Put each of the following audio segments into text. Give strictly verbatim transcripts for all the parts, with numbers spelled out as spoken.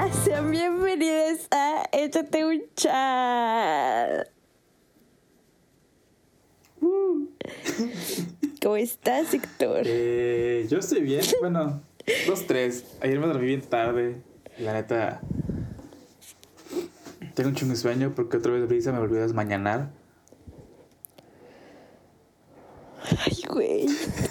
Hola, sean bienvenidos a Échate un chat. Uh. ¿Cómo estás, Héctor? Eh, yo estoy bien, bueno, dos, tres. Ayer me dormí bien tarde. La neta, tengo un chingo de sueño porque otra vez Brisa me volvió a desmañanar. Ay, güey.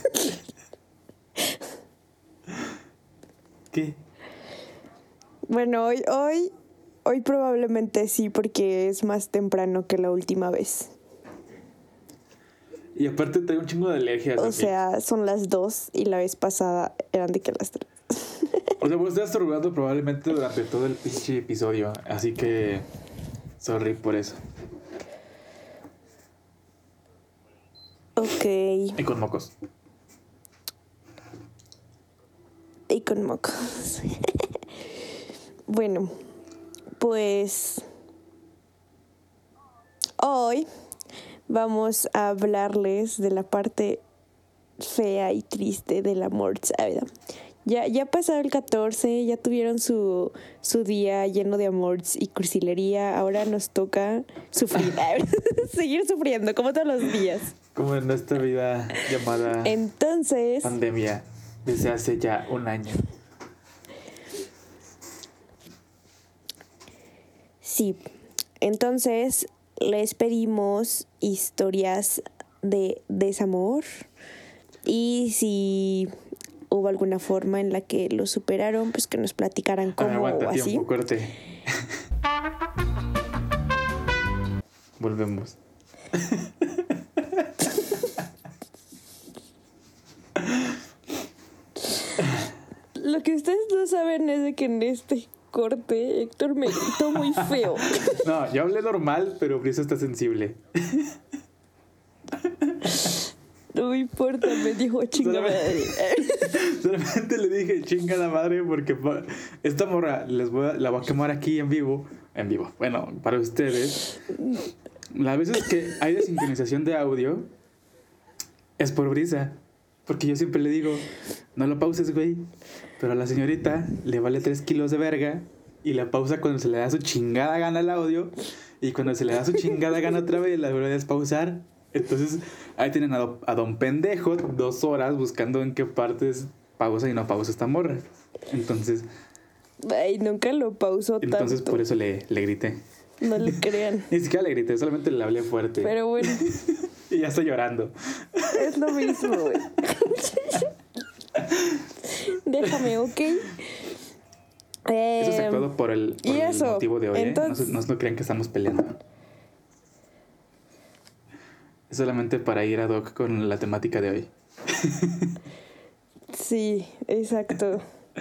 ¿Qué? Bueno, hoy, hoy, hoy probablemente sí, porque es más temprano que la última vez. Y aparte tengo un chingo de alergias. O aquí. sea, son las dos y la vez pasada eran de que las tres. O sea, vos estás estornudando probablemente durante todo el pinche episodio. Así que, sorry por eso. Ok. Y con mocos. Y con mocos. Bueno, pues hoy vamos a hablarles de la parte fea y triste del amor, ¿sabes? Ya, ya pasó el catorce, ya tuvieron su, su día lleno de amor y cursilería. Ahora nos toca sufrir, seguir sufriendo, como todos los días. Como en esta vida llamada Entonces, pandemia, desde hace ya un año. Sí, entonces les pedimos historias de desamor y si hubo alguna forma en la que lo superaron, pues que nos platicaran cómo. Ah, aguanta, o así. tiempo, corte. Volvemos. Lo que ustedes no saben es de que en este corte Héctor me gritó muy feo. No, yo hablé normal, pero Brisa está sensible. No me importa, me dijo chinga madre. Solamente le dije chinga la madre porque esta morra les voy a, la voy a quemar aquí en vivo. En vivo, bueno, para ustedes. Las veces que hay desincronización de audio es por Brisa. Porque yo siempre le digo, no lo pauses, güey. Pero a la señorita le vale tres kilos de verga y la pausa cuando se le da su chingada gana el audio. Y cuando se le da su chingada gana otra vez, la vuelve a despausar. Entonces, ahí tienen a, do, a don pendejo dos horas buscando en qué partes pausa y no pausa esta morra. Entonces... Ay, nunca lo pausó tanto. Entonces, por eso le, le grité. No le crean. Ni siquiera le grité, solamente le hablé fuerte. Pero bueno. Y ya estoy llorando. Es lo mismo, güey. Déjame, ¿ok? Eh, eso es actuado por el, por y el eso, motivo de hoy, entonces... ¿eh? No, no, no crean que estamos peleando. Es solamente para ir ad hoc con la temática de hoy. Sí, exacto.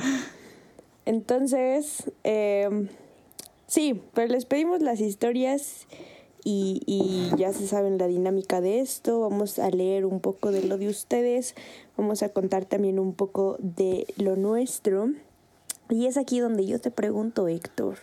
Entonces, eh, sí, pues les pedimos las historias y, y ya se saben la dinámica de esto. Vamos a leer un poco de lo de ustedes. Vamos a contar también un poco de lo nuestro. Y es aquí donde yo te pregunto, Héctor,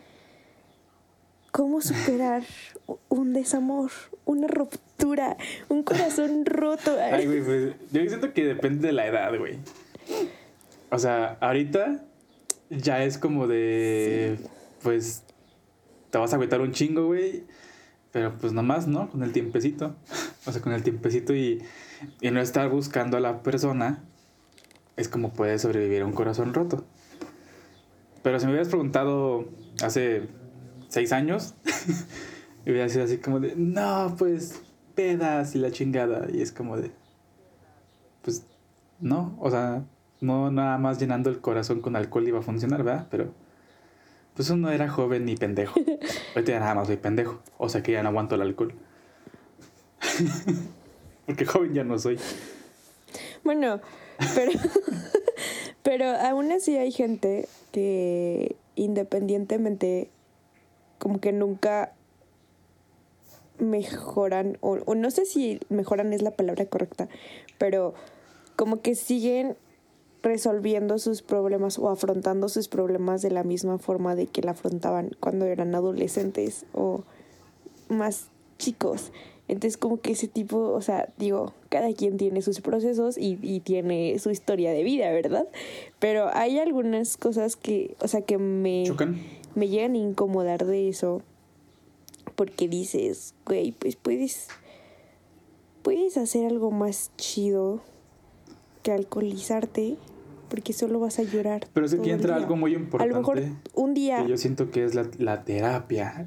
¿cómo superar un desamor, una ruptura, un corazón roto? Ay, güey, pues yo siento que depende de la edad, güey. O sea, ahorita ya es como de, sí. Pues, te vas a agüitar un chingo, güey. Pero pues nomás, ¿no? Con el tiempecito. O sea, con el tiempecito y, y no estar buscando a la persona es como puedes sobrevivir a un corazón roto. Pero si me hubieras preguntado hace seis años, hubiera sido así como de, no, pues, pedas y la chingada. Y es como de, pues, no, o sea, no nada más llenando el corazón con alcohol iba a funcionar, ¿verdad? Pero, pues uno era joven y pendejo. Ahorita ya nada más soy pendejo. O sea que ya no aguanto el alcohol. Porque joven ya no soy. Bueno, pero... Pero aún así hay gente que independientemente como que nunca mejoran, o, o no sé si mejoran es la palabra correcta, pero como que siguen resolviendo sus problemas o afrontando sus problemas de la misma forma de que la afrontaban cuando eran adolescentes o más chicos. Entonces como que ese tipo, o sea, digo, cada quien tiene sus procesos y, y tiene su historia de vida, ¿verdad? Pero hay algunas cosas que, o sea, que me, ¿Chocan? me llegan a incomodar de eso. Porque dices, güey, pues puedes, puedes hacer algo más chido que alcoholizarte, porque solo vas a llorar. Pero es que todo aquí el entra día. algo muy importante. A lo mejor un día. Que yo siento que es la, la terapia.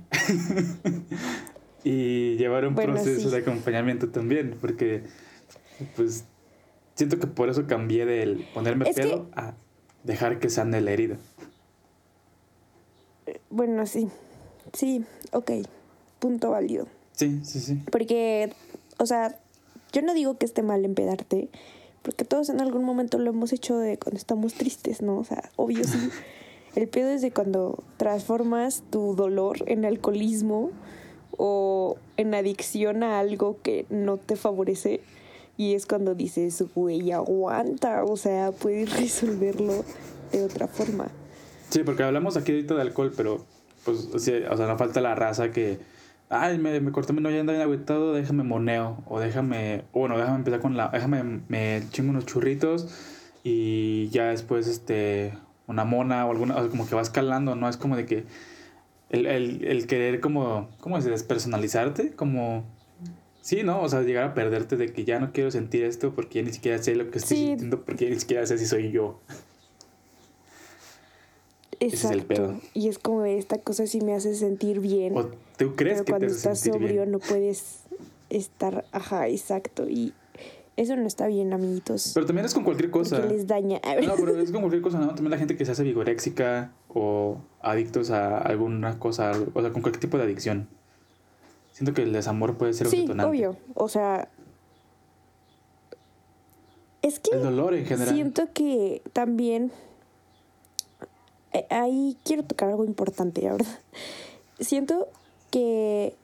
Y llevar un Bueno, proceso sí. de acompañamiento también. Porque, pues, siento que por eso cambié del ponerme Es pedo que, a dejar que sane la herida. bueno, sí. Sí, ok. Punto válido. Sí, sí, sí. Porque, o sea, yo no digo que esté mal empedarte, porque todos en algún momento lo hemos hecho de cuando estamos tristes, ¿no? O sea, obvio sí. El pedo es de cuando transformas tu dolor en alcoholismo o en adicción a algo que no te favorece. Y es cuando dices, güey, aguanta. O sea, puedes resolverlo de otra forma. Sí, porque hablamos aquí ahorita de alcohol, pero, pues, o sea, o sea no falta la raza que... Ay, me, me corté mi novia, anda bien agüitado, déjame moneo. O déjame... O bueno, déjame empezar con la... Déjame... Me chingo unos churritos y ya después, este... Una mona o alguna... O sea, como que va escalando, ¿no? Es como de que... El, el, el querer como... ¿Cómo es? Despersonalizarte. Como... Sí, ¿no? O sea, llegar a perderte de que ya no quiero sentir esto porque ya ni siquiera sé lo que estoy Sí. sintiendo porque ya ni siquiera sé si soy yo. Exacto. Ese es el pedo. Y es como de esta cosa sí me hace sentir bien. ¿O tú crees pero que cuando te hace estás sentir sobrio bien? no puedes estar, ajá, exacto. Y eso no está bien, amiguitos. Pero también es con cualquier cosa. Porque les daña. No, pero es con cualquier cosa, ¿no? También la gente que se hace vigoréxica o adictos a alguna cosa, o sea, con cualquier tipo de adicción. Siento que el desamor puede ser un Sí, detonante. obvio. O sea, es que El dolor en general. siento que también eh, ahí quiero tocar algo importante, la verdad. Siento que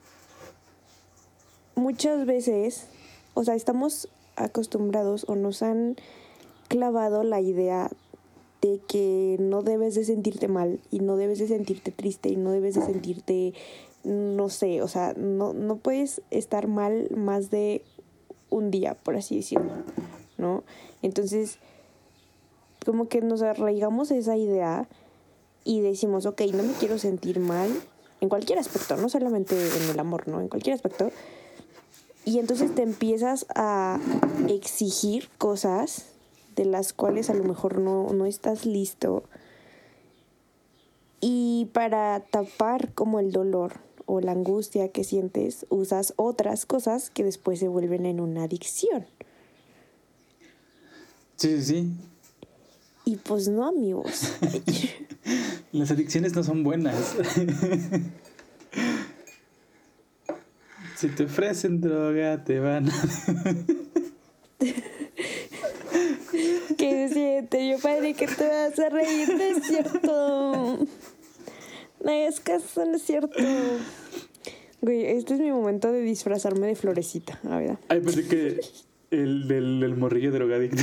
muchas veces, o sea, estamos acostumbrados o nos han clavado la idea de que no debes de sentirte mal y no debes de sentirte triste y no debes de sentirte, no sé, o sea, no, no puedes estar mal más de un día, por así decirlo, ¿no? Entonces, como que nos arraigamos a esa idea y decimos, ok, no me quiero sentir mal en cualquier aspecto, no solamente en el amor, ¿no? En cualquier aspecto. Y entonces te empiezas a exigir cosas de las cuales a lo mejor no, no estás listo. Y para tapar como el dolor o la angustia que sientes, usas otras cosas que después se vuelven en una adicción. Sí, sí, sí. Y pues no, amigos. Las adicciones no son buenas. Si te ofrecen droga, te van a... ¿Qué se siente? Yo padre que te vas a reír, no es cierto. No es caso, no es cierto. Güey, este es mi momento de disfrazarme de florecita, la verdad. Ay, pensé que el del, del morrillo drogadicto.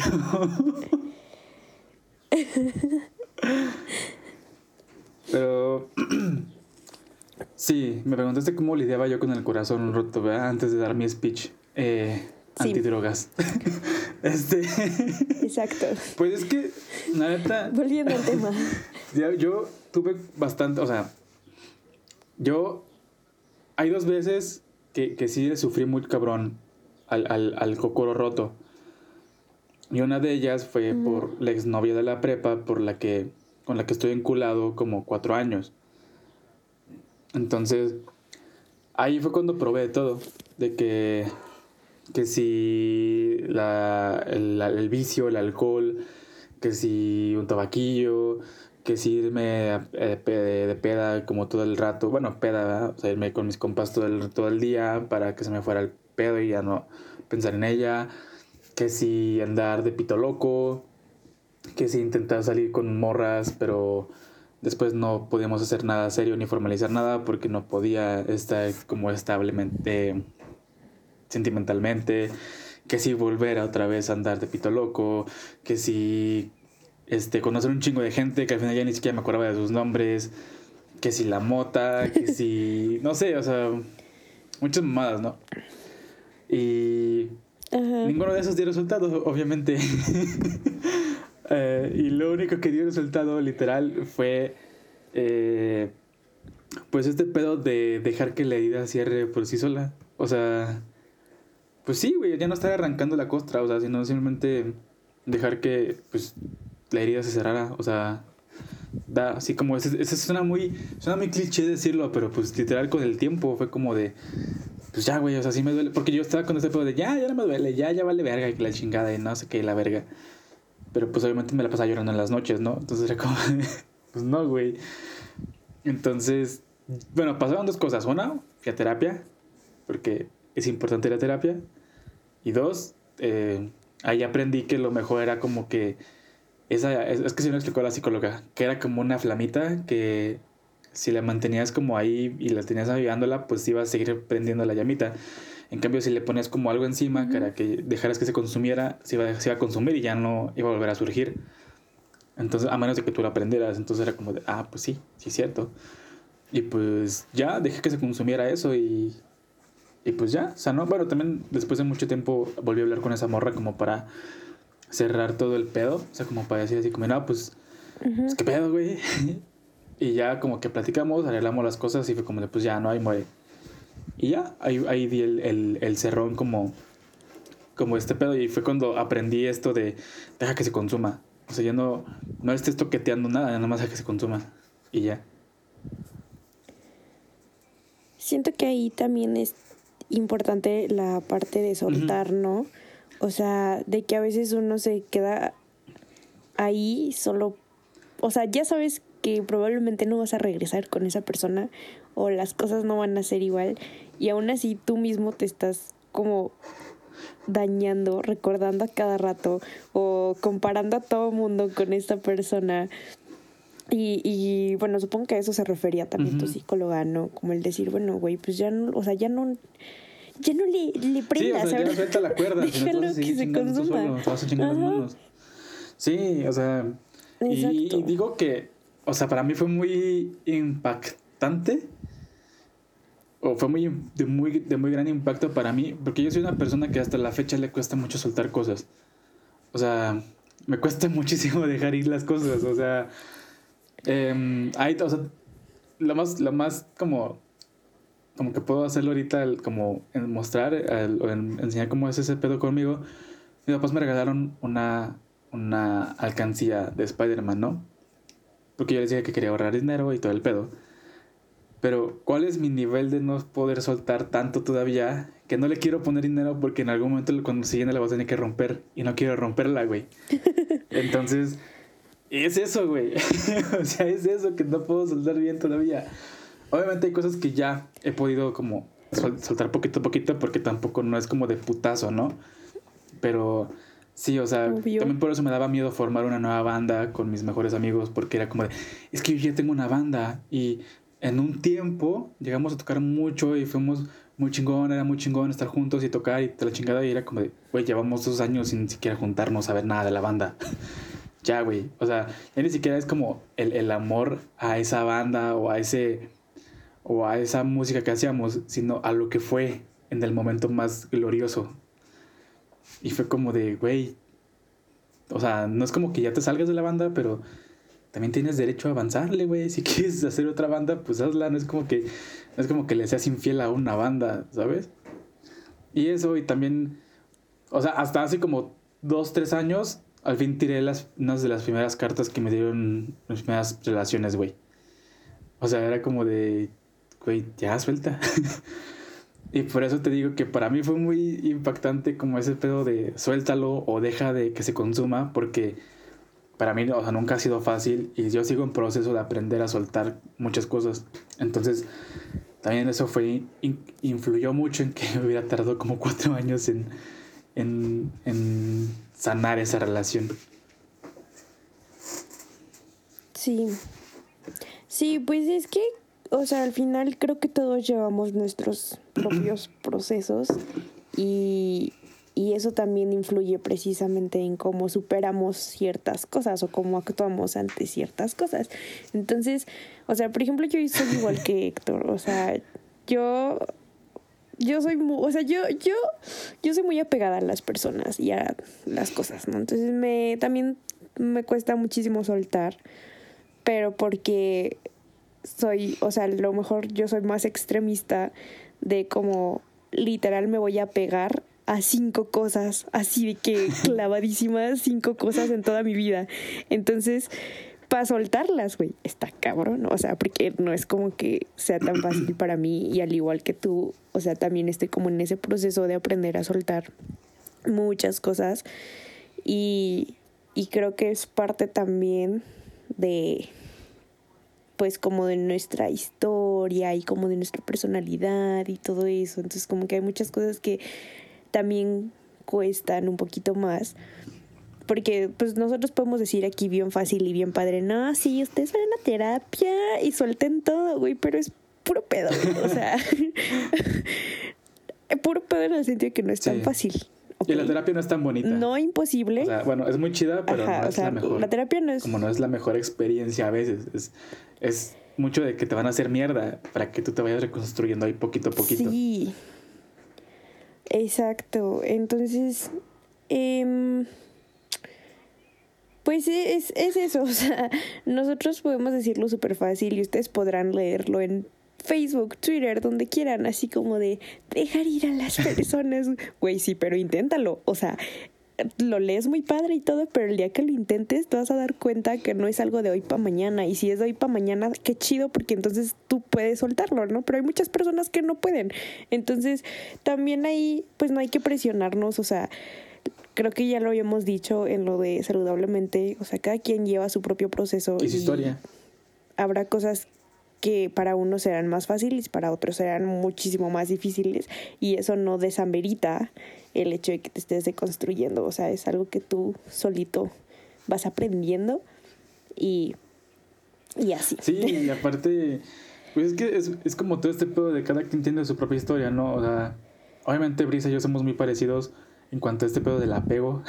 Pero... Sí, me preguntaste cómo lidiaba yo con el corazón roto, ¿verdad? Antes de dar mi speech eh, Sí. antidrogas. este... Exacto. Pues es que, la neta... Volviendo al tema. Ya, yo tuve bastante, o sea, yo... Hay dos veces que, que sí le sufrí muy cabrón al, al, al cocoro roto. Y una de ellas fue Ujú. por la exnovia de la prepa, por la que, con la que estoy enculado como cuatro años. Entonces, ahí fue cuando probé de todo. De que, que si la, el, el vicio, el alcohol, que si un tabaquillo, que si irme a- eh, pe- de peda como todo el rato. Bueno, peda, ¿verdad? O sea, irme con mis compas todo el, todo el día para que se me fuera el pedo y ya no pensar en ella. Que si andar de pito loco, que si intentar salir con morras, pero después no podíamos hacer nada serio ni formalizar nada porque no podía estar como establemente sentimentalmente, que si volver a otra vez a andar de pito loco, que si este, conocer un chingo de gente que al final ya ni siquiera me acordaba de sus nombres, que si la mota, que si, no sé, o sea, muchas mamadas, ¿no? Y Ajá. ninguno de esos dio resultado, obviamente. eh, y lo único que dio resultado, literal, fue eh, pues este pedo de dejar que la herida cierre por sí sola. O sea, pues sí, güey, ya no estar arrancando la costra, o sea, sino simplemente dejar que pues la herida se cerrara. O sea, da así como, ese, ese suena muy, suena muy cliché decirlo, pero pues literal con el tiempo fue como de, pues ya, güey, o sea, sí me duele. Porque yo estaba con este pedo de, ya, ya no me duele, ya, ya vale verga, que la chingada y no sé qué, la verga. Pero pues obviamente me la pasaba llorando en las noches, ¿no? Entonces era como, pues no, güey. Entonces, bueno, pasaron dos cosas. Una, fui a terapia, porque es importante la terapia. Y dos, eh, ahí aprendí que lo mejor era como que, esa, es, es que sí me explicó la psicóloga, que era como una flamita que si la mantenías como ahí y la tenías avivándola, pues iba a seguir prendiendo la llamita. En cambio, si le ponías como algo encima, uh-huh, que era que dejaras que se consumiera, se iba, se iba a consumir y ya no iba a volver a surgir. Entonces, a menos de que tú la prendieras, entonces era como de, ah, pues sí, sí es cierto. Y pues ya dejé que se consumiera eso y, y pues ya, o sea, no, bueno, también después de mucho tiempo volví a hablar con esa morra como para cerrar todo el pedo, o sea, como para decir así como, no, pues, uh-huh, pues qué pedo, güey. Y ya como que platicamos, arreglamos las cosas y fue como de, pues ya, no, ahí muere. Y ya, ahí, ahí di el, el, el cerrón como, como este pedo y fue cuando aprendí esto de deja que se consuma. O sea, ya no, no estés toqueteando nada, nada más deja que se consuma y ya. Siento que ahí también es importante la parte de soltar, uh-huh, ¿no? O sea, de que a veces uno se queda ahí solo, o sea, ya sabes que probablemente no vas a regresar con esa persona o las cosas no van a ser igual y aún así tú mismo te estás como dañando, recordando a cada rato o comparando a todo mundo con esta persona. Y, y bueno, supongo que a eso se refería también, uh-huh, tu psicóloga, ¿no? Como el decir, bueno, güey, pues ya no, o sea, ya no, ya no le, le prendas, sí, o sea, ya no suelta la cuerda, déjalo que se consuma. Solo, te vas a chingar las manos. Sí, o sea, y, y digo que, o sea, para mí fue muy impactante, o fue muy de, muy de muy gran impacto para mí, porque yo soy una persona que hasta la fecha le cuesta mucho soltar cosas. O sea, me cuesta muchísimo dejar ir las cosas, o sea, eh, hay, o sea, lo más, lo más como, como que puedo hacerlo ahorita, el, como en mostrar el, o en enseñar cómo es ese pedo conmigo. Mis papás me regalaron una, una alcancía de Spider-Man, ¿no? Porque yo les dije que quería ahorrar dinero y todo el pedo. Pero, ¿cuál es mi nivel de no poder soltar tanto todavía? Que no le quiero poner dinero porque en algún momento cuando se llene la voy a tener que romper. Y no quiero romperla, güey. Entonces, es eso, güey. O sea, es eso que no puedo soltar bien todavía. Obviamente hay cosas que ya he podido como sol- soltar poquito a poquito porque tampoco no es como de putazo, ¿no? Pero sí, o sea, obvio, también por eso me daba miedo formar una nueva banda con mis mejores amigos porque era como de, es que yo ya tengo una banda y en un tiempo llegamos a tocar mucho y fuimos muy chingón, era muy chingón estar juntos y tocar y toda la chingada y era como de, güey, llevamos dos años sin siquiera juntarnos a ver nada de la banda. Ya, güey, o sea, ya ni siquiera es como el, el amor a esa banda o a ese o a esa música que hacíamos, sino a lo que fue en el momento más glorioso. Y fue como de, güey, o sea, no es como que ya te salgas de la banda, pero también tienes derecho a avanzarle, güey. Si quieres hacer otra banda, pues hazla. No es como que, no es como que le seas infiel a una banda, ¿sabes? Y eso, y también, o sea, hasta hace como dos, tres años, al fin tiré las, unas de las primeras cartas que me dieron mis primeras relaciones, güey. O sea, era como de, güey, ya suelta. Y por eso te digo que para mí fue muy impactante como ese pedo de suéltalo o deja de que se consuma, porque para mí, o sea, nunca ha sido fácil y yo sigo en proceso de aprender a soltar muchas cosas. Entonces, también eso fue, in, influyó mucho en que me hubiera tardado como cuatro años en, en, en sanar esa relación. Sí. Sí, pues es que, o sea, al final creo que todos llevamos nuestros propios procesos y, y eso también influye precisamente en cómo superamos ciertas cosas o cómo actuamos ante ciertas cosas. Entonces, o sea, por ejemplo, yo soy igual que Héctor, o sea, yo yo soy muy, o sea, yo, yo, yo soy muy apegada a las personas y a las cosas, ¿no? Entonces me, también me cuesta muchísimo soltar, pero porque soy, o sea, a lo mejor yo soy más extremista de como literal me voy a pegar a cinco cosas, así de que clavadísimas cinco cosas en toda mi vida. Entonces, para soltarlas, güey, está cabrón, o sea, porque no es como que sea tan fácil para mí y al igual que tú, o sea, también estoy como en ese proceso de aprender a soltar muchas cosas y, y creo que es parte también de, pues como de nuestra historia y como de nuestra personalidad y todo eso, entonces como que hay muchas cosas que también cuestan un poquito más. Porque pues nosotros podemos decir aquí bien fácil y bien padre, no, sí, ustedes van a terapia y suelten todo, güey, pero es puro pedo, o sea, puro pedo en el sentido de que no es tan Sí. fácil. Y la terapia no es tan bonita. No imposible. O sea, bueno, es muy chida, pero Ajá, no o es sea, la mejor. la terapia no es... Como no es la mejor experiencia a veces. Es, es mucho de que te van a hacer mierda para que tú te vayas reconstruyendo ahí poquito a poquito. Sí, exacto. Entonces, eh, pues es, es eso. O sea, nosotros podemos decirlo súper fácil y ustedes podrán leerlo en Facebook, Twitter, donde quieran, así como de dejar ir a las personas. Güey, sí, pero inténtalo. O sea, lo lees muy padre y todo, pero el día que lo intentes te vas a dar cuenta que no es algo de hoy para mañana. Y si es de hoy para mañana, qué chido, porque entonces tú puedes soltarlo, ¿no? Pero hay muchas personas que no pueden. Entonces, también ahí, pues no hay que presionarnos. O sea, creo que ya lo habíamos dicho en lo de saludablemente. O sea, cada quien lleva su propio proceso. Y su historia. Habrá cosas que para unos serán más fáciles, para otros serán muchísimo más difíciles. Y eso no desamberita el hecho de que te estés deconstruyendo. O sea, es algo que tú solito vas aprendiendo y, y así. Sí, y aparte, pues es que es, es como todo este pedo de cada quien tiene su propia historia, ¿no? O sea, obviamente Brisa y yo somos muy parecidos en cuanto a este pedo del apego,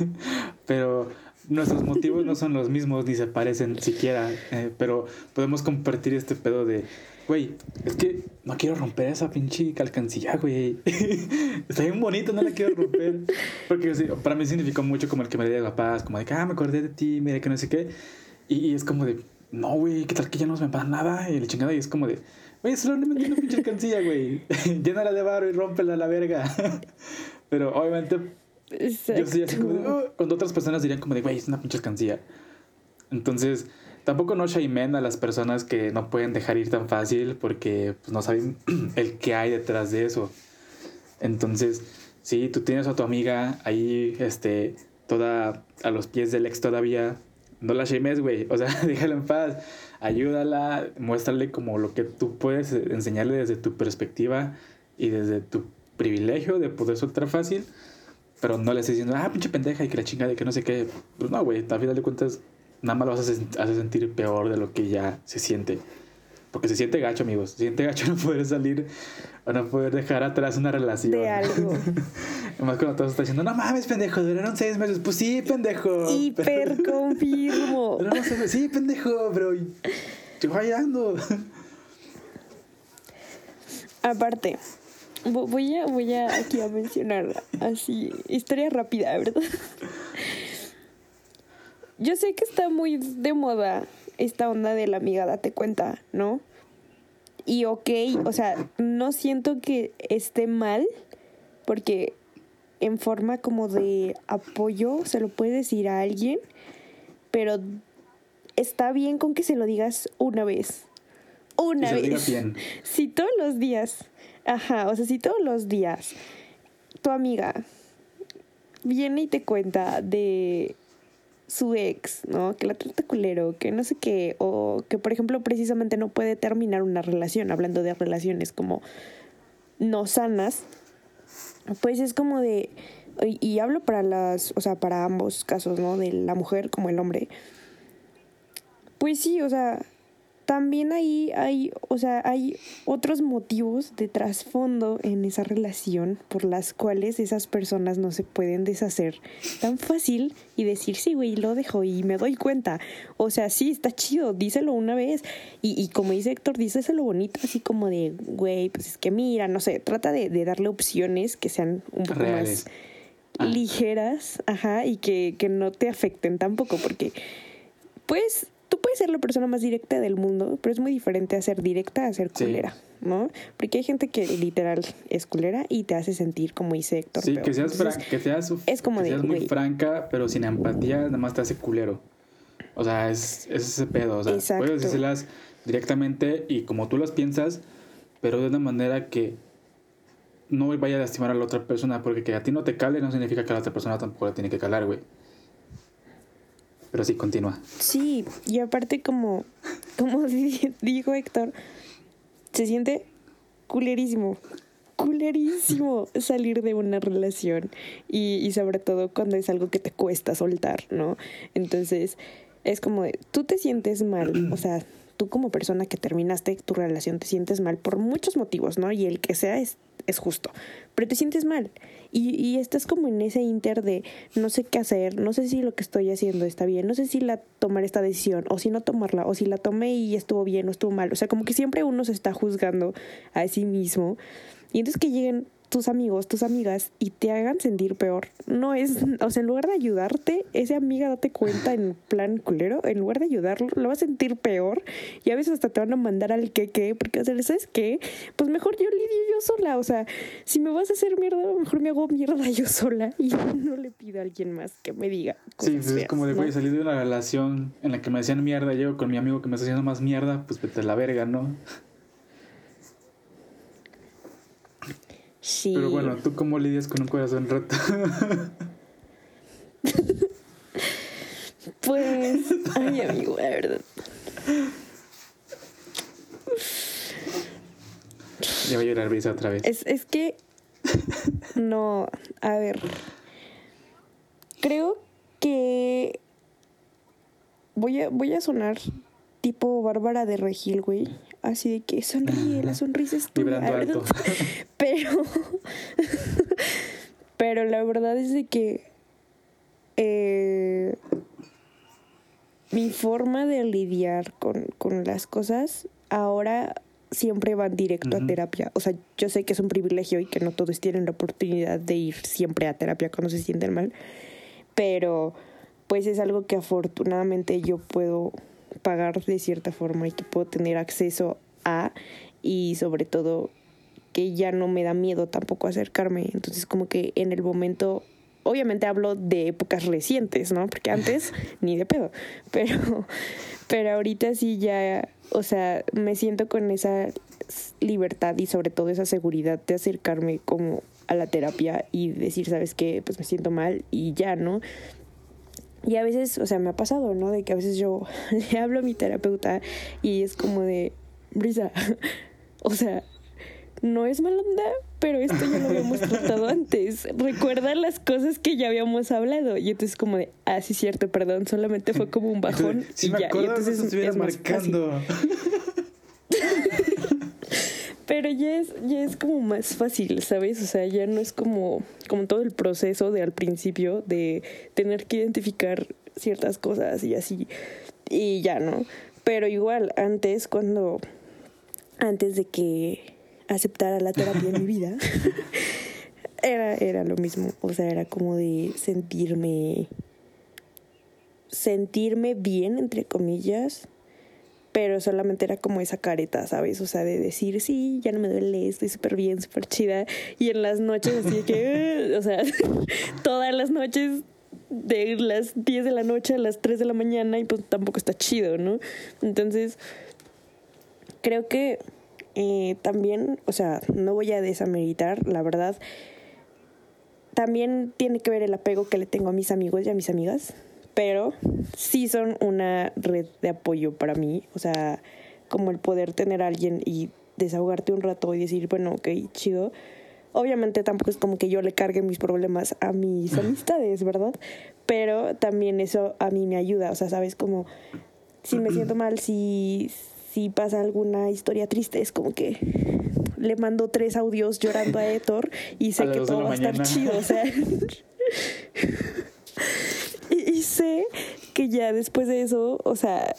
pero nuestros motivos no son los mismos ni se parecen siquiera, eh, pero podemos compartir este pedo de, güey, es que no quiero romper esa pinche alcancía, güey. Está bien bonita, no la quiero romper. Porque sí, para mí significó mucho como el que me diga la paz, como de que, ah, me acordé de ti, mira que no sé qué. Y, y es como de, no, güey, ¿qué tal que ya no se me pasa nada? Y la chingada, y es como de, güey, solamente una pinche alcancía, güey. Llénala de barro y rómpela a la verga. Pero obviamente, Exacto. yo soy así como de, oh, cuando otras personas dirían como de, güey, es una pinche alcancía. Entonces, tampoco no shamen a las personas que no pueden dejar ir tan fácil porque pues, no saben el que hay detrás de eso. Entonces, sí, tú tienes a tu amiga ahí, este, toda a los pies del ex todavía, no la shames, güey. O sea, déjala en paz. Ayúdala, muéstrale como lo que tú puedes enseñarle desde tu perspectiva y desde tu privilegio de poder soltar fácil. Pero no le estés diciendo, ah, pinche pendeja y que la chingada y que no sé qué. Pues no, güey, al final de cuentas, nada más lo vas a hacer sentir peor de lo que ya se siente. Porque se siente gacho, amigos. Se siente gacho no poder salir o no poder dejar atrás una relación. De algo. Además, cuando todos están diciendo, no mames, pendejo, duraron seis meses. Pues sí, pendejo. Hiper pero... confirmo. Pero no sé, sí, pendejo, pero estoy fallando. Aparte, voy a, voy a aquí a mencionar así, historia rápida, ¿verdad? Yo sé que está muy de moda esta onda de la amiga date cuenta, ¿no? Y ok, o sea, no siento que esté mal, porque en forma como de apoyo se lo puedes decir a alguien, pero está bien con que se lo digas una vez. Una y se vez. Lo diga bien. Si todos los días, ajá, o sea, si todos los días tu amiga viene y te cuenta de su ex, ¿no? Que la trata culero, que no sé qué, o que, por ejemplo, precisamente no puede terminar una relación, hablando de relaciones como no sanas, pues es como de, y, y hablo para las, o sea, para ambos casos, ¿no? De la mujer como el hombre. Pues sí, o sea, también ahí hay, o sea, hay otros motivos de trasfondo en esa relación por las cuales esas personas no se pueden deshacer tan fácil y decir, sí, güey, lo dejo y me doy cuenta. O sea, sí, está chido, díselo una vez. Y, y como dice Héctor, díselo bonito, así como de, güey, pues es que mira, no sé, trata de, de darle opciones que sean un poco reales, más ah. ligeras, ajá, y que, que no te afecten tampoco, porque, pues... Tú puedes ser la persona más directa del mundo, pero es muy diferente a ser directa a ser culera, sí. ¿no? Porque hay gente que literal es culera y te hace sentir, como dice Héctor. Sí, peor. que seas, Entonces, fran- que seas, es como que de, seas muy güey. franca, pero sin empatía, nada más te hace culero. O sea, es, es ese pedo. O sea, Exacto. puedes decirlas directamente y como tú las piensas, pero de una manera que no vaya a lastimar a la otra persona, porque que a ti no te cale no significa que a la otra persona tampoco la tiene que calar, güey. Pero sí, continúa. Sí, y aparte como, como dijo Héctor, se siente culerísimo, culerísimo salir de una relación y, y sobre todo cuando es algo que te cuesta soltar, ¿no? Entonces es como de, tú te sientes mal, o sea, tú como persona que terminaste tu relación te sientes mal por muchos motivos, ¿no? Y el que sea es, es justo, pero te sientes mal y, y estás como en ese inter de no sé qué hacer, no sé si lo que estoy haciendo está bien, no sé si la tomar esta decisión o si no tomarla, o si la tomé y estuvo bien o estuvo mal, o sea, como que siempre uno se está juzgando a sí mismo y entonces que lleguen tus amigos, tus amigas y te hagan sentir peor, no es, o sea, en lugar de ayudarte, esa amiga date cuenta en plan culero, en lugar de ayudarlo, lo va a sentir peor y a veces hasta te van a mandar al que qué, porque, o sea, ¿sabes qué? Pues mejor yo lidio yo sola, o sea, si me vas a hacer mierda, mejor me hago mierda yo sola y no le pido a alguien más que me diga cosas Sí, pues feas, es como de, ¿no? güey, salí de una relación en la que me decían mierda, llego con mi amigo que me está haciendo más mierda, pues vete a la verga, ¿no? Sí. Pero bueno, ¿tú cómo lidias con un corazón roto? Pues, ay, amigo, la verdad. Ya voy a llorar Brisa otra vez. Es, es que, no, a ver, creo que voy a, voy a sonar tipo Bárbara de Regil, güey. Así de que sonríe, la sonrisa es tuya. Vibrando alto. Pero, pero la verdad es de que eh, mi forma de lidiar con, con las cosas ahora siempre van directo uh-huh. a terapia. O sea, yo sé que es un privilegio y que no todos tienen la oportunidad de ir siempre a terapia cuando se sienten mal, pero pues es algo que afortunadamente yo puedo pagar de cierta forma y que puedo tener acceso a, y sobre todo que ya no me da miedo tampoco acercarme. Entonces como que en el momento, obviamente hablo de épocas recientes, ¿no? Porque antes ni de pedo, pero, pero ahorita sí ya, o sea, me siento con esa libertad y sobre todo esa seguridad de acercarme como a la terapia y decir, ¿sabes qué? Pues me siento mal y ya, ¿no? Y a veces, o sea, me ha pasado, ¿no? De que a veces yo le hablo a mi terapeuta y es como de, Brisa, o sea, no es mala onda, pero esto ya lo habíamos tratado antes. Recuerda las cosas que ya habíamos hablado. Y entonces como de, ah, sí, cierto, perdón, solamente fue como un bajón. Si y me ya. acuerdo, y entonces no estuviera es más marcando. Pero ya es, ya es como más fácil, ¿sabes? O sea, ya no es como, como todo el proceso de al principio de tener que identificar ciertas cosas y así. Y ya, ¿no? Pero igual, antes, cuando... Antes de que aceptara la terapia en mi vida, era, era lo mismo. O sea, era como de sentirme... Sentirme bien, entre comillas... Pero solamente era como esa careta, ¿sabes? O sea, de decir, sí, ya no me duele, estoy súper bien, súper chida. Y en las noches así de que, uh, o sea, todas las noches de las diez de la noche a las tres de la mañana y pues tampoco está chido, ¿no? Entonces, creo que eh, también, o sea, no voy a desameritar, la verdad, también tiene que ver el apego que le tengo a mis amigos y a mis amigas. Pero sí son una red de apoyo para mí. O sea, como el poder tener a alguien y desahogarte un rato y decir, bueno, ok, chido. Obviamente tampoco es como que yo le cargue mis problemas a mis amistades, ¿verdad? Pero también eso a mí me ayuda. O sea, ¿sabes? Como si me siento mal, si, si pasa alguna historia triste, es como que le mando tres audios llorando a Héctor y sé que todo va a estar chido, o sea. y, y sé que ya después de eso, o sea,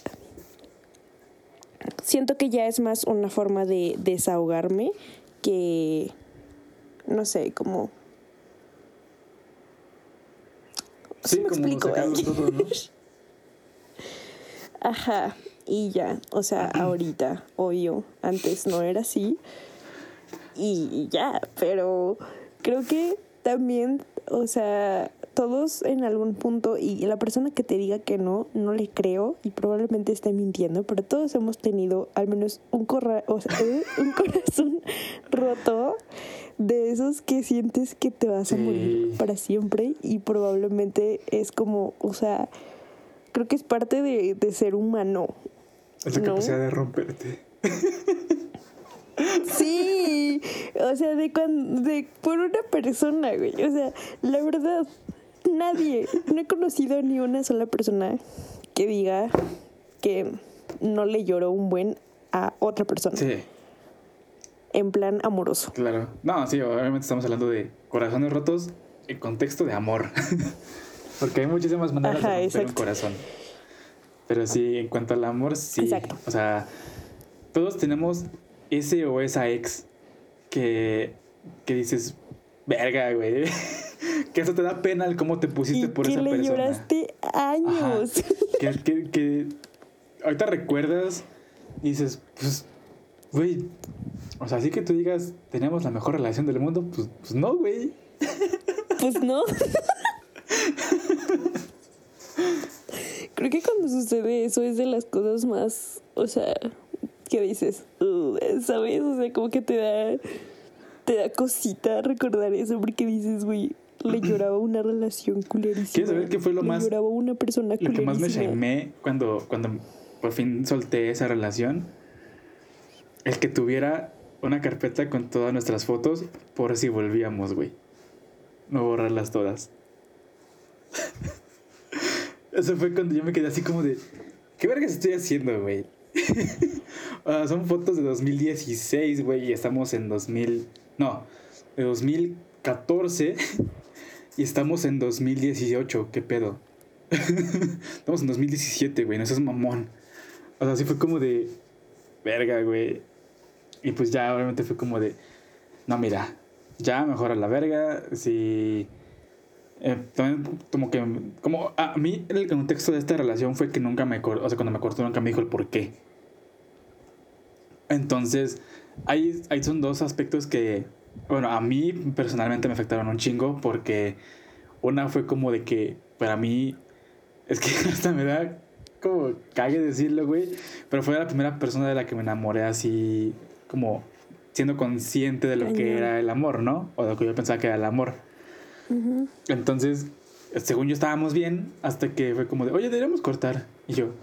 siento que ya es más una forma de desahogarme que, no sé, como... Sí, ¿Sí me como explico, sacarlo eh? todo, ¿no? Ajá, y ya, o sea, ahorita, obvio, antes no era así, y ya, pero creo que también, o sea, todos en algún punto, y la persona que te diga que no, no le creo, y probablemente esté mintiendo, pero todos hemos tenido al menos un, corra- o sea, un corazón roto, de esos que sientes que te vas a Sí. morir para siempre, y probablemente es como, o sea... Creo que es parte de, de ser humano. Es la ¿no? capacidad de romperte. Sí, o sea, de cuando, de por una persona, güey. O sea, la verdad, nadie, no he conocido ni una sola persona que diga que no le lloró un buen a otra persona. Sí. En plan amoroso. Claro. No, sí, obviamente estamos hablando de corazones rotos en contexto de amor. Porque hay muchísimas maneras Ajá, de romper exacto. un corazón. Pero sí, en cuanto al amor, sí. Exacto. O sea, todos tenemos ese o esa ex que, que dices, verga, güey. Que eso te da pena el cómo te pusiste y por que esa le persona. lloraste años. Que, que, que ahorita recuerdas y dices, pues, güey, o sea, así que tú digas, tenemos la mejor relación del mundo, pues, pues no, güey. Pues no. Creo que cuando sucede eso es de las cosas más, o sea, que dices, uh, ¿sabes? O sea, como que te da, te da cosita recordar eso porque dices, güey, le lloraba una relación culerísima. ¿Quieres saber qué fue lo le más? Le lloraba una persona culerísima. Lo que más me shameé cuando, cuando por fin solté esa relación, el que tuviera una carpeta con todas nuestras fotos por si volvíamos, güey. No borrarlas todas. Eso fue cuando yo me quedé así como de, ¿qué vergas estoy haciendo, güey? uh, son fotos de dos mil dieciséis, güey, y estamos en dos mil... No, de dos mil catorce y estamos en dos mil dieciocho. ¿Qué pedo? Estamos en dos mil diecisiete, güey, no seas mamón. O sea, así fue como de, verga, güey. Y pues ya obviamente fue como de, no, mira, ya mejor a la verga. Si... Eh, también como que como a mí el contexto de esta relación fue que nunca me cortó, o sea, cuando me cortó nunca me dijo el por qué. Entonces ahí, ahí son dos aspectos que, bueno, a mí personalmente me afectaron un chingo, porque una fue como de que para mí, es que hasta me da como cague decirlo, güey, pero fue la primera persona de la que me enamoré así como siendo consciente de lo Cañón. que era el amor, ¿no? O de lo que yo pensaba que era el amor. Uh-huh. Entonces, según yo estábamos bien, hasta que fue como de, oye, deberíamos cortar. Y yo,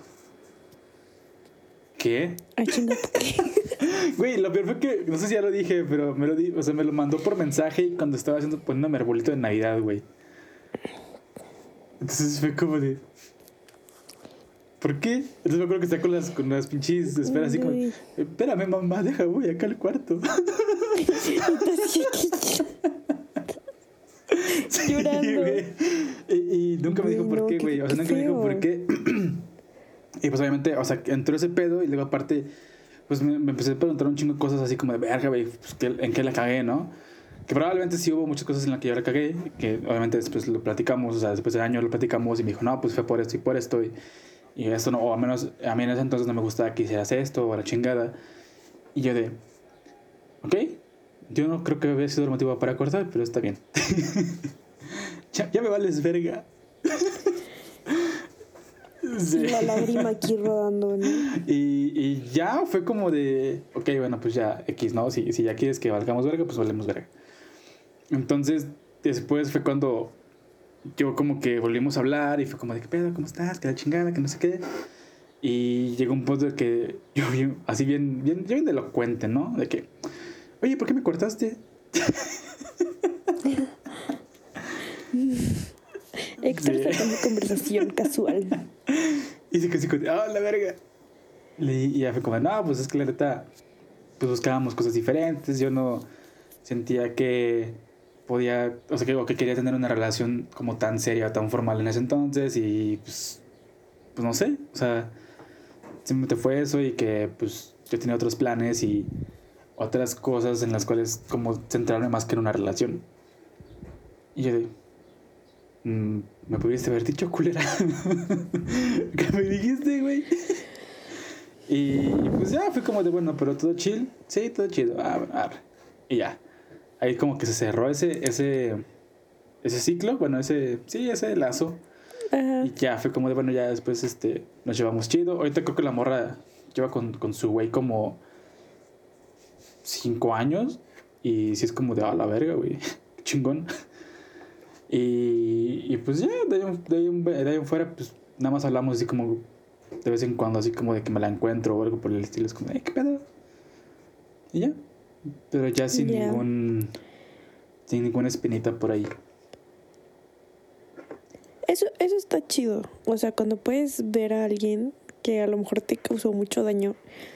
¿qué? Ay, chinga. Güey, lo peor fue que, no sé si ya lo dije, pero me lo di, o sea, me lo mandó por mensaje y cuando estaba haciendo, poniendo mi arbolito de Navidad, güey. Entonces fue como de, ¿por qué? Entonces me acuerdo que está con las, con las pinches, espera así como, espérame, mamá, deja, voy acá al cuarto. Sí, llorando. Y, y nunca me dijo Güey, por no, qué, qué- güey. O sea, qué nunca me dijo feo. por qué. Y pues obviamente, o sea, entró ese pedo y luego aparte, pues me, me empecé a preguntar un chingo de cosas así como de, verga, güey, pues, ¿qué- ¿en qué la cagué, no? Que probablemente sí hubo muchas cosas en las que yo la cagué, que obviamente después lo platicamos, o sea, después de años lo platicamos y me dijo, no, pues fue por esto y por esto. Y, y esto no, o al menos a mí en ese entonces no me gustaba que hicieras esto o la chingada. Y yo de, ok, yo no creo que había sido el motivo para cortar, pero está bien. ya, ya me vales verga. Sí. Y la lágrima aquí rodando, ¿no? Y, y ya fue como de, ok, bueno, pues ya X, ¿no? Si, si ya quieres que valgamos verga, pues valemos verga. Entonces, después fue cuando yo como que volvimos a hablar y fue como de, ¿qué pedo? ¿Cómo estás? ¿Qué la chingada? Que no sé qué. Y llegó un punto de que yo vi, así bien, bien, bien elocuente, ¿no? De que, oye, ¿por qué me cortaste? Héctor Sí. sacando conversación casual. Y se quedó así como de, ah, la verga. Y ya fue como, no, pues es que la neta, pues buscábamos cosas diferentes. Yo no sentía que podía, o sea, que, o que quería tener una relación como tan seria o tan formal en ese entonces. Y pues, pues no sé, o sea, simplemente fue eso y que pues yo tenía otros planes y otras cosas en las cuales como centrarme más que en una relación. Y yo de, mm, ¿me pudiste haber dicho, culera? ¿Qué me dijiste, güey? Y, y pues ya fue como de, bueno, pero todo chill. Sí, todo chido. Ah, bueno, arre. Y ya. Ahí como que se cerró ese, ese, ese ciclo. Bueno, ese, sí, ese lazo. Ajá. Y ya fue como de, bueno, ya después este, nos llevamos chido. Ahorita creo que la morra lleva con, con su güey como cinco años. Y sí es como de, a la verga, güey. Chingón. Y, y pues ya, de ahí, de, ahí, de ahí en fuera, pues nada más hablamos así como de vez en cuando, así como de que me la encuentro o algo por el estilo. Es como, eh, ¿qué pedo? Y ya. Pero ya sin Yeah. ningún. Sin ninguna espinita por ahí. Eso, eso está chido. O sea, cuando puedes ver a alguien que a lo mejor te causó mucho daño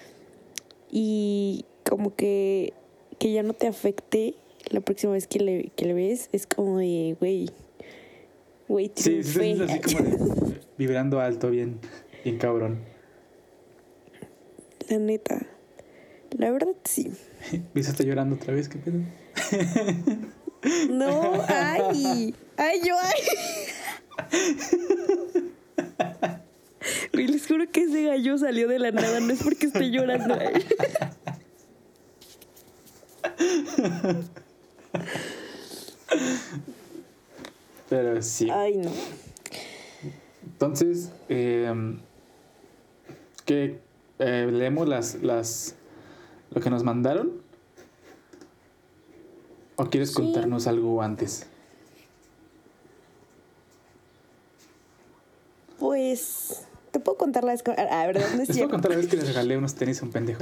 y como que, que ya no te afecte la próxima vez que le, que le ves, es como de, güey, güey, Sí, sí, triunfé. sí, así como de, vibrando alto, bien, bien cabrón. La neta. La verdad, sí. Luisa está llorando otra vez, ¿qué pedo? No, ay. Ay, yo, ay. Güey, les juro que ese gallo salió de la nada, no es porque esté llorando. Ay. Pero sí. Ay, no. Entonces, eh, ¿qué? Eh, ¿leemos las, las, lo que nos mandaron? ¿O quieres Sí. contarnos algo antes? Pues, te puedo contar la vez que... Ah, ¿verdad? No es Les puedo cierto. contar la vez que les regalé unos tenis a un pendejo.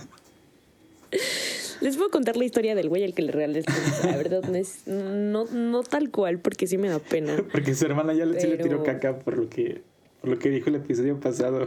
Les puedo contar la historia del güey al que le regalé esto. La verdad, no es... No, no tal cual, porque sí me da pena. Porque su hermana ya le, sí le Pero- tiró caca por lo que por lo que dijo el episodio pasado.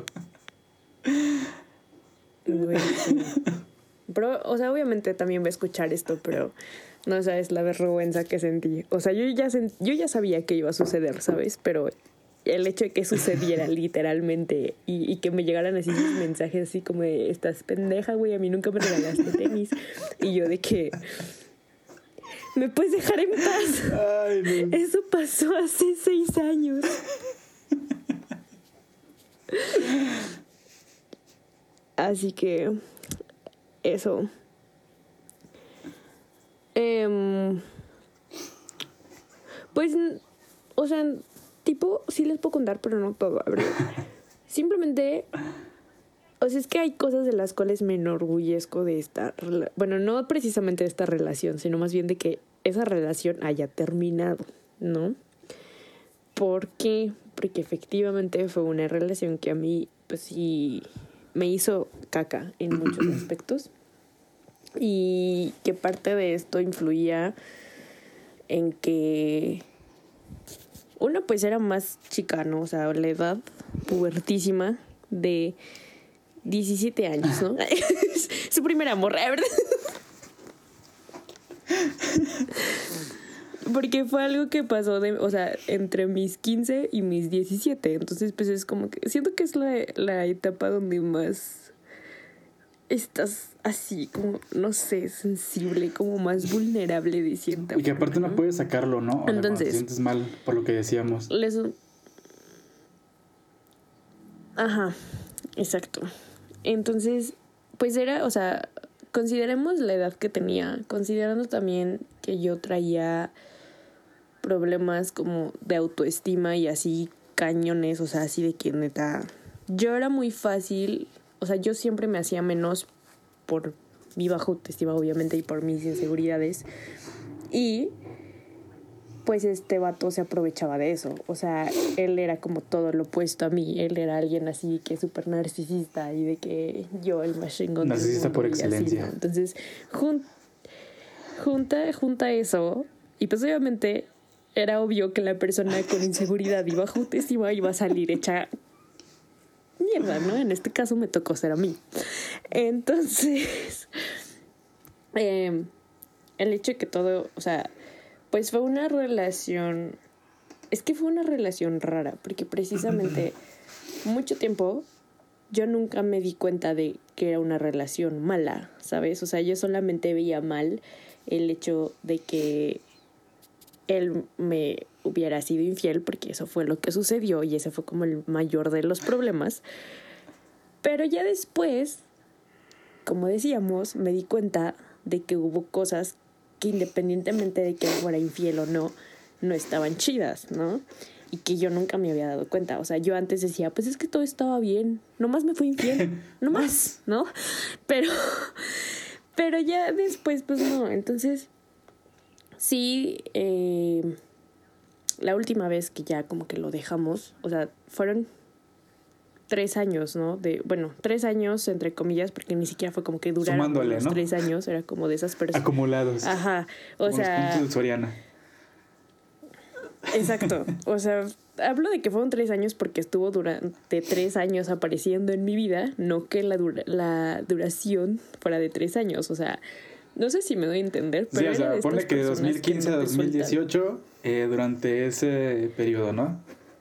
Güey, sí. Pero, o sea, obviamente también va a escuchar esto, pero no sabes la vergüenza que sentí. O sea, yo ya, sent- yo ya sabía que iba a suceder, ¿sabes? Pero el hecho de que sucediera literalmente y, y que me llegaran así esos mensajes así como de, estás pendeja, güey, a mí nunca me regalaste tenis. Y yo de que, ¿me puedes dejar en paz? Ay, no. Eso pasó hace seis años. Así que eso. Em, pues, o sea, tipo, sí les puedo contar, pero no todo, a ver. Simplemente, o sea, es que hay cosas de las cuales me enorgullezco de esta, rela- bueno, no precisamente de esta relación, sino más bien de que esa relación haya terminado, ¿no? ¿Por qué? Porque efectivamente fue una relación que a mí, pues sí, me hizo caca en muchos aspectos. Y que parte de esto influía en que uno pues era más chica, ¿no? O sea, la edad pubertísima de diecisiete años, ¿no? Su primer amor, ¿verdad? Porque fue algo que pasó, de, o sea, entre mis quince y mis diecisiete. Entonces, pues es como que siento que es la, la etapa donde más estás así, como, no sé, sensible, como más vulnerable de cierta Y que aparte forma, no ¿no? puedes sacarlo, ¿no? O sea, cuando te Entonces- sientes mal por lo que decíamos. Les... Ajá, exacto. Entonces, pues era, o sea, consideremos la edad que tenía, considerando también que yo traía problemas como de autoestima y así cañones, o sea, así de que neta, yo era muy fácil, o sea, yo siempre me hacía menos por mi baja autoestima, obviamente, y por mis inseguridades. Y pues este vato se aprovechaba de eso. O sea, él era como todo lo opuesto a mí. Él era alguien así que súper narcisista y de que yo el más chingón del Narcisista mundo por y así, excelencia. ¿no? Entonces, jun- junta, junta eso y pues obviamente era obvio que la persona con inseguridad y baja autoestima iba a salir hecha mierda, ¿no? En este caso me tocó ser a mí. Entonces, eh, el hecho de que todo, o sea, pues fue una relación, es que fue una relación rara, porque precisamente mucho tiempo yo nunca me di cuenta de que era una relación mala, ¿sabes? O sea, yo solamente veía mal el hecho de que él me hubiera sido infiel, porque eso fue lo que sucedió y ese fue como el mayor de los problemas. Pero ya después, como decíamos, me di cuenta de que hubo cosas que independientemente de que fuera infiel o no, no estaban chidas, ¿no? Y que yo nunca me había dado cuenta. O sea, yo antes decía, pues es que todo estaba bien, nomás me fui infiel, nomás, ¿no? Pero, pero ya después, pues no. Entonces, sí, eh, la última vez que ya como que lo dejamos, o sea, fueron tres años, ¿no? De, bueno, tres años, entre comillas, porque ni siquiera fue como que duraron los ¿no? tres años, era como de esas personas. Acumulados. Ajá, o como sea... los puntos de Soriana. Exacto, o sea, hablo de que fueron tres años porque estuvo durante tres años apareciendo en mi vida, no que la, dura, la duración fuera de tres años, o sea, no sé si me doy a entender, pero... Sí, o sea, ponle que de dos mil quince a dos mil dieciocho, eh, durante ese periodo, ¿no?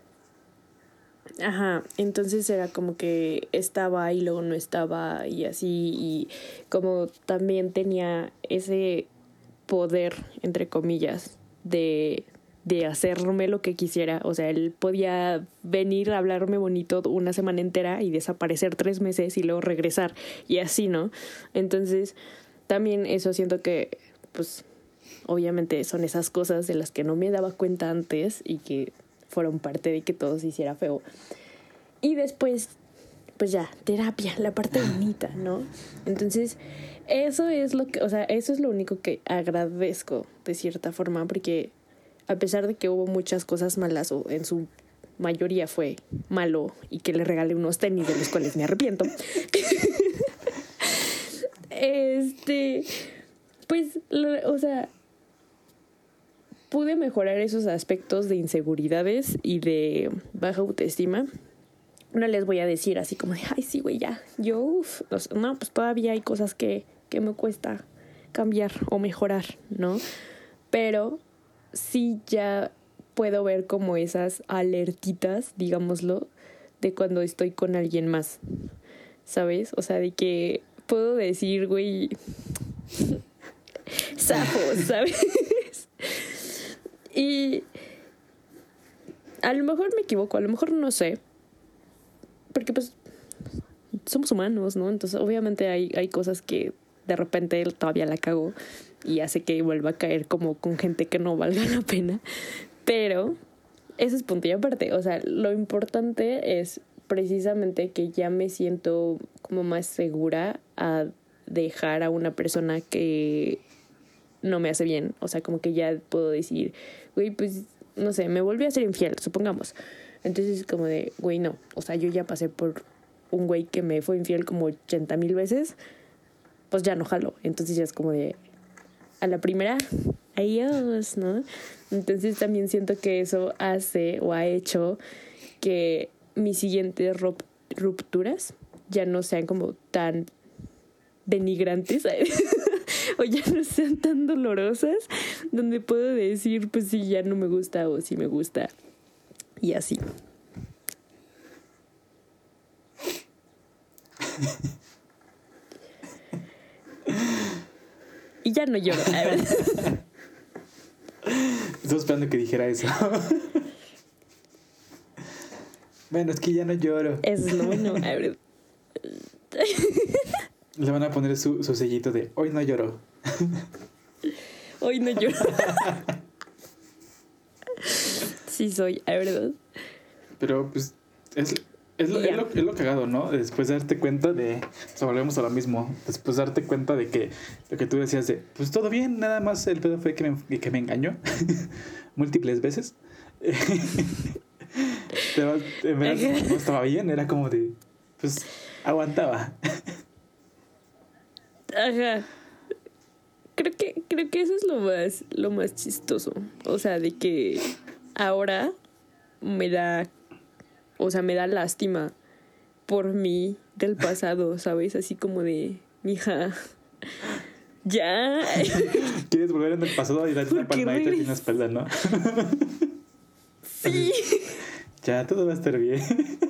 Ajá, entonces era como que estaba y luego no estaba y así, y como también tenía ese poder, entre comillas, de... de hacerme lo que quisiera. O sea, él podía venir a hablarme bonito una semana entera y desaparecer tres meses y luego regresar y así, ¿no? Entonces, también eso siento que, pues, obviamente son esas cosas de las que no me daba cuenta antes y que fueron parte de que todo se hiciera feo. Y después, pues ya, terapia, la parte bonita, ¿no? Entonces, eso es lo que, o sea, eso es lo único que agradezco de cierta forma, porque a pesar de que hubo muchas cosas malas, o en su mayoría fue malo, y que le regalé unos tenis de los cuales me arrepiento, este, pues, o sea, pude mejorar esos aspectos de inseguridades y de baja autoestima. No les voy a decir así como de, ay, sí, güey, ya, yo, uff, no, pues todavía hay cosas que, que me cuesta cambiar o mejorar, ¿no? Pero sí ya puedo ver como esas alertitas, digámoslo, de cuando estoy con alguien más, ¿sabes? O sea, de que puedo decir, güey, zafos, ¿sabes? Y a lo mejor me equivoco, a lo mejor no sé, porque pues somos humanos, ¿no? Entonces obviamente hay, hay cosas que de repente todavía la cago y hace que vuelva a caer como con gente que no valga la pena. Pero eso es punto y aparte. O sea, lo importante es precisamente que ya me siento como más segura a dejar a una persona que no me hace bien. O sea, como que ya puedo decir, güey, pues, no sé, me volví a ser infiel, supongamos. Entonces es como de, güey, no. O sea, yo ya pasé por un güey que me fue infiel como ochenta mil veces, pues ya no jalo. Entonces ya es como de, a la primera, adiós, ¿no? Entonces también siento que eso hace o ha hecho que mis siguientes rupturas ya no sean como tan denigrantes, ¿sabes? O ya no sean tan dolorosas, donde puedo decir, pues sí, ya no me gusta o sí me gusta. Y así. Y ya no lloro. Estaba esperando que dijera eso. Bueno, es que ya no lloro. Eso es lo bueno. Le van a poner su, su sellito de hoy no lloro. Hoy no lloro. Sí soy, la verdad. Pero pues es, es, lo, es, lo, es lo cagado, ¿no? Después de darte cuenta de... O sea, volvemos a lo mismo. Después de darte cuenta de que lo que tú decías de... Pues todo bien, nada más el pedo fue que me, que me engañó. Múltiples veces. Pero en verdad no estaba bien. Era como de... Pues aguantaba. Ajá. Creo que, creo que eso es lo más, lo más chistoso. O sea, de que ahora me da, o sea, me da lástima por mí del pasado, ¿sabes? Así como de, mija, ya. ¿Quieres volver en el pasado y darte una palmadita en la espalda, no? Sí. Ya, todo va a estar bien.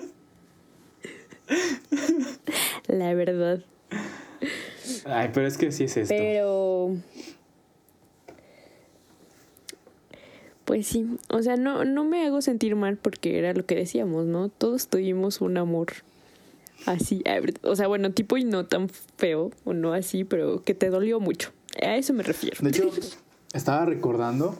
La verdad. Ay, pero es que sí es esto. Pero... Pues sí, o sea, no, no me hago sentir mal porque era lo que decíamos, ¿no? Todos tuvimos un amor así, o sea, bueno, tipo y no tan feo, o no así, pero que te dolió mucho. A eso me refiero. De hecho, estaba recordando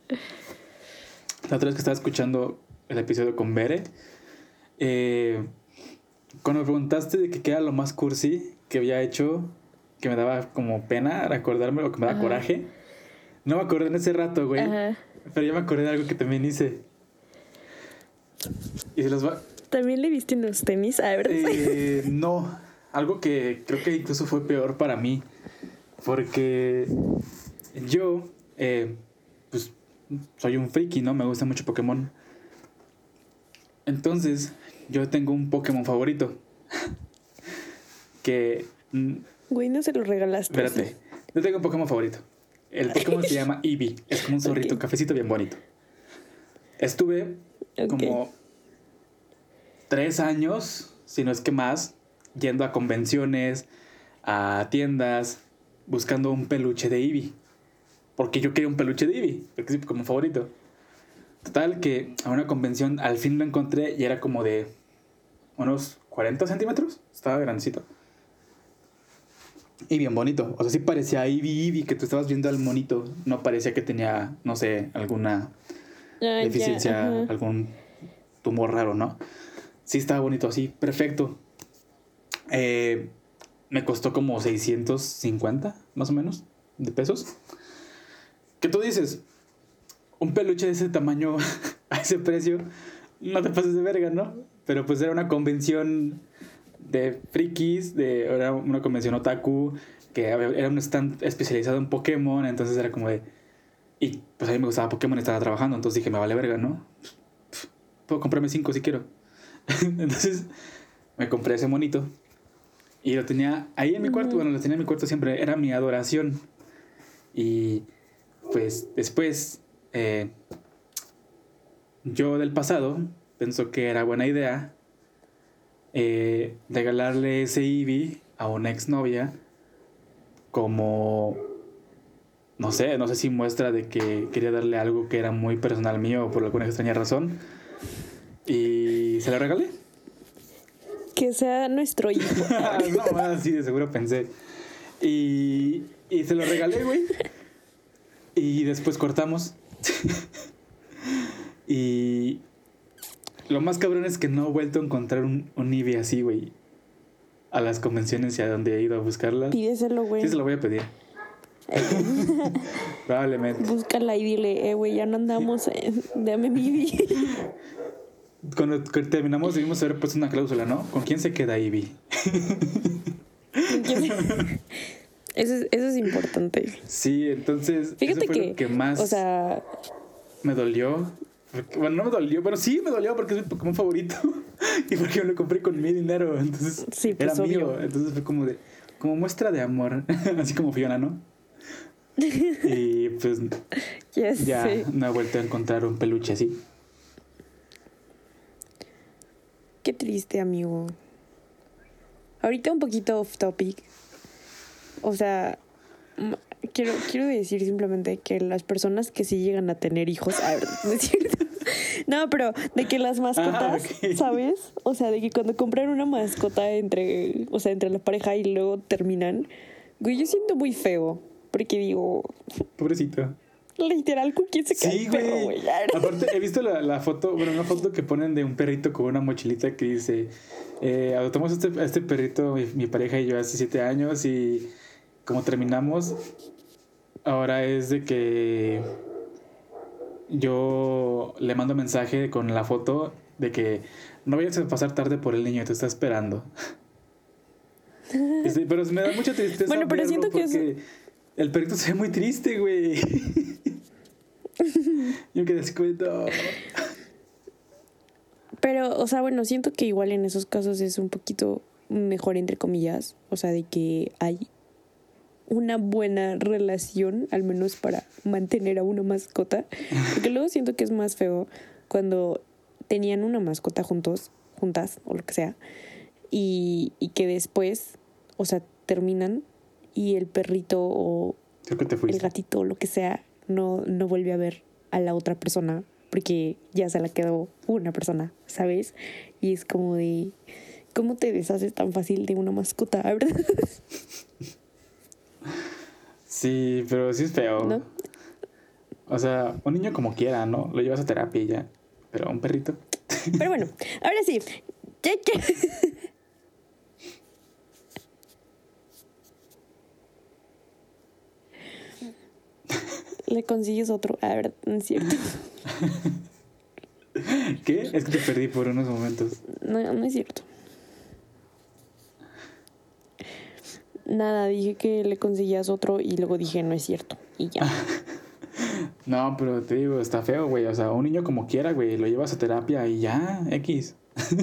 la otra vez que estaba escuchando el episodio con Bere, eh, cuando me preguntaste de que qué era lo más cursi que había hecho, que me daba como pena recordarme o que me da coraje. No me acordé en ese rato, güey. Ajá. Pero ya me acordé de algo que también hice. Y se los va... ¿También le viste unos tenis? A ver. Eh, no. Algo que creo que incluso fue peor para mí. Porque yo, eh, pues, soy un friki, ¿no? Me gusta mucho Pokémon. Entonces, yo tengo un Pokémon favorito. Que... Güey, no se lo regalaste. Espérate. ¿Sí? Yo tengo un Pokémon favorito. El Pokémon se llama Eevee. Es como un zorrito, okay, cafecito bien bonito. Estuve okay. como tres años, si no es que más, yendo a convenciones, a tiendas, buscando un peluche de Eevee. Porque yo quería un peluche de Eevee, porque es mi Pokémon favorito. Total que a una convención al fin lo encontré y era como de unos cuarenta centímetros. Estaba grandecito. Y bien bonito. O sea, sí parecía Eevee, Eevee, que tú estabas viendo al monito. No parecía que tenía, no sé, alguna ah, deficiencia, yeah, algún tumor raro, ¿no? Sí estaba bonito, así, perfecto. Eh, me costó como seiscientos cincuenta, más o menos, de pesos. ¿Qué tú dices? Un peluche de ese tamaño, a ese precio, no te pases de verga, ¿no? Pero pues era una convención de frikis, de, era una convención otaku, que era un stand especializado en Pokémon, entonces era como de... Y pues a mí me gustaba Pokémon y estaba trabajando, entonces dije, me vale verga, ¿no? Puedo comprarme cinco si quiero. Entonces me compré ese monito y lo tenía ahí en mi cuarto, bueno, lo tenía en mi cuarto siempre, era mi adoración. Y pues después, eh, yo del pasado pensó que era buena idea Eh, regalarle ese Eevee a una exnovia como, no sé, no sé si muestra de que quería darle algo que era muy personal mío por alguna extraña razón, y se la regalé. Que sea nuestro hijo. No, así de seguro pensé. Y, y se lo regalé, güey. Y después cortamos. Y lo más cabrón es que no he vuelto a encontrar un, un Eevee así, güey. A las convenciones y a donde he ido a buscarlas. Pídeselo, güey. Sí, se lo voy a pedir. Probablemente. Búscala y dile, eh, güey, ya no andamos, eh, dame mi Eevee. Cuando terminamos debimos haber puesto una cláusula, ¿no? ¿Con quién se queda Eevee? Eso es, eso es importante. Sí, entonces... Fíjate eso fue que, lo que más o sea... me dolió. Porque, bueno, no me dolió. Bueno, sí me dolió porque es mi Pokémon favorito. Y porque yo lo compré con mi dinero. Entonces sí, pues, era obvio. mío. Entonces fue como de... Como muestra de amor. Así como Fiona, ¿no? Y pues... Yes, ya sí. no he vuelto a encontrar un peluche así. Qué triste, amigo. Ahorita un poquito off topic. O sea, quiero, quiero decir simplemente que las personas que sí llegan a tener hijos... A ver, no es cierto. No, pero de que las mascotas, ah, okay. ¿sabes? O sea, de que cuando compran una mascota entre... O sea, entre la pareja y luego terminan... Güey, yo siento muy feo. Porque digo... Pobrecito. Literal, ¿con quién se cae sí, el perro, güey? Aparte, he visto la, la foto, bueno, una foto que ponen de un perrito con una mochilita que dice, eh, adoptamos a este, a este perrito, mi, mi pareja y yo, hace siete años, y como terminamos, ahora es de que yo le mando mensaje con la foto de que no vayas a pasar tarde por el niño, te está esperando. Sí, pero me da mucha tristeza. Bueno, pero siento que es... el perrito se ve muy triste, güey. Yo quedé así como... No. Pero, o sea, bueno, siento que igual en esos casos es un poquito mejor, entre comillas. O sea, de que hay una buena relación, al menos para mantener a una mascota. Porque luego siento que es más feo cuando tenían una mascota juntos, juntas, o lo que sea, y, y que después, o sea, terminan y el perrito o Creo que te fuiste. el gatito o lo que sea no, no vuelve a ver a la otra persona porque ya se la quedó una persona, ¿sabes? Y es como de, ¿cómo te deshaces tan fácil de una mascota, verdad? Sí, pero sí es feo. ¿No? O sea, un niño como quiera, ¿no? Lo llevas a terapia y ya. Pero un perrito. Pero bueno, ahora sí. Ya, ya. Le consigues otro. A ver, no es cierto. ¿Qué? Es que te perdí por unos momentos. No, no es cierto. Nada, dije que le conseguías otro y luego dije no es cierto. Y ya. No, pero te digo, está feo, güey. O sea, un niño como quiera, güey, lo llevas a terapia y ya, X.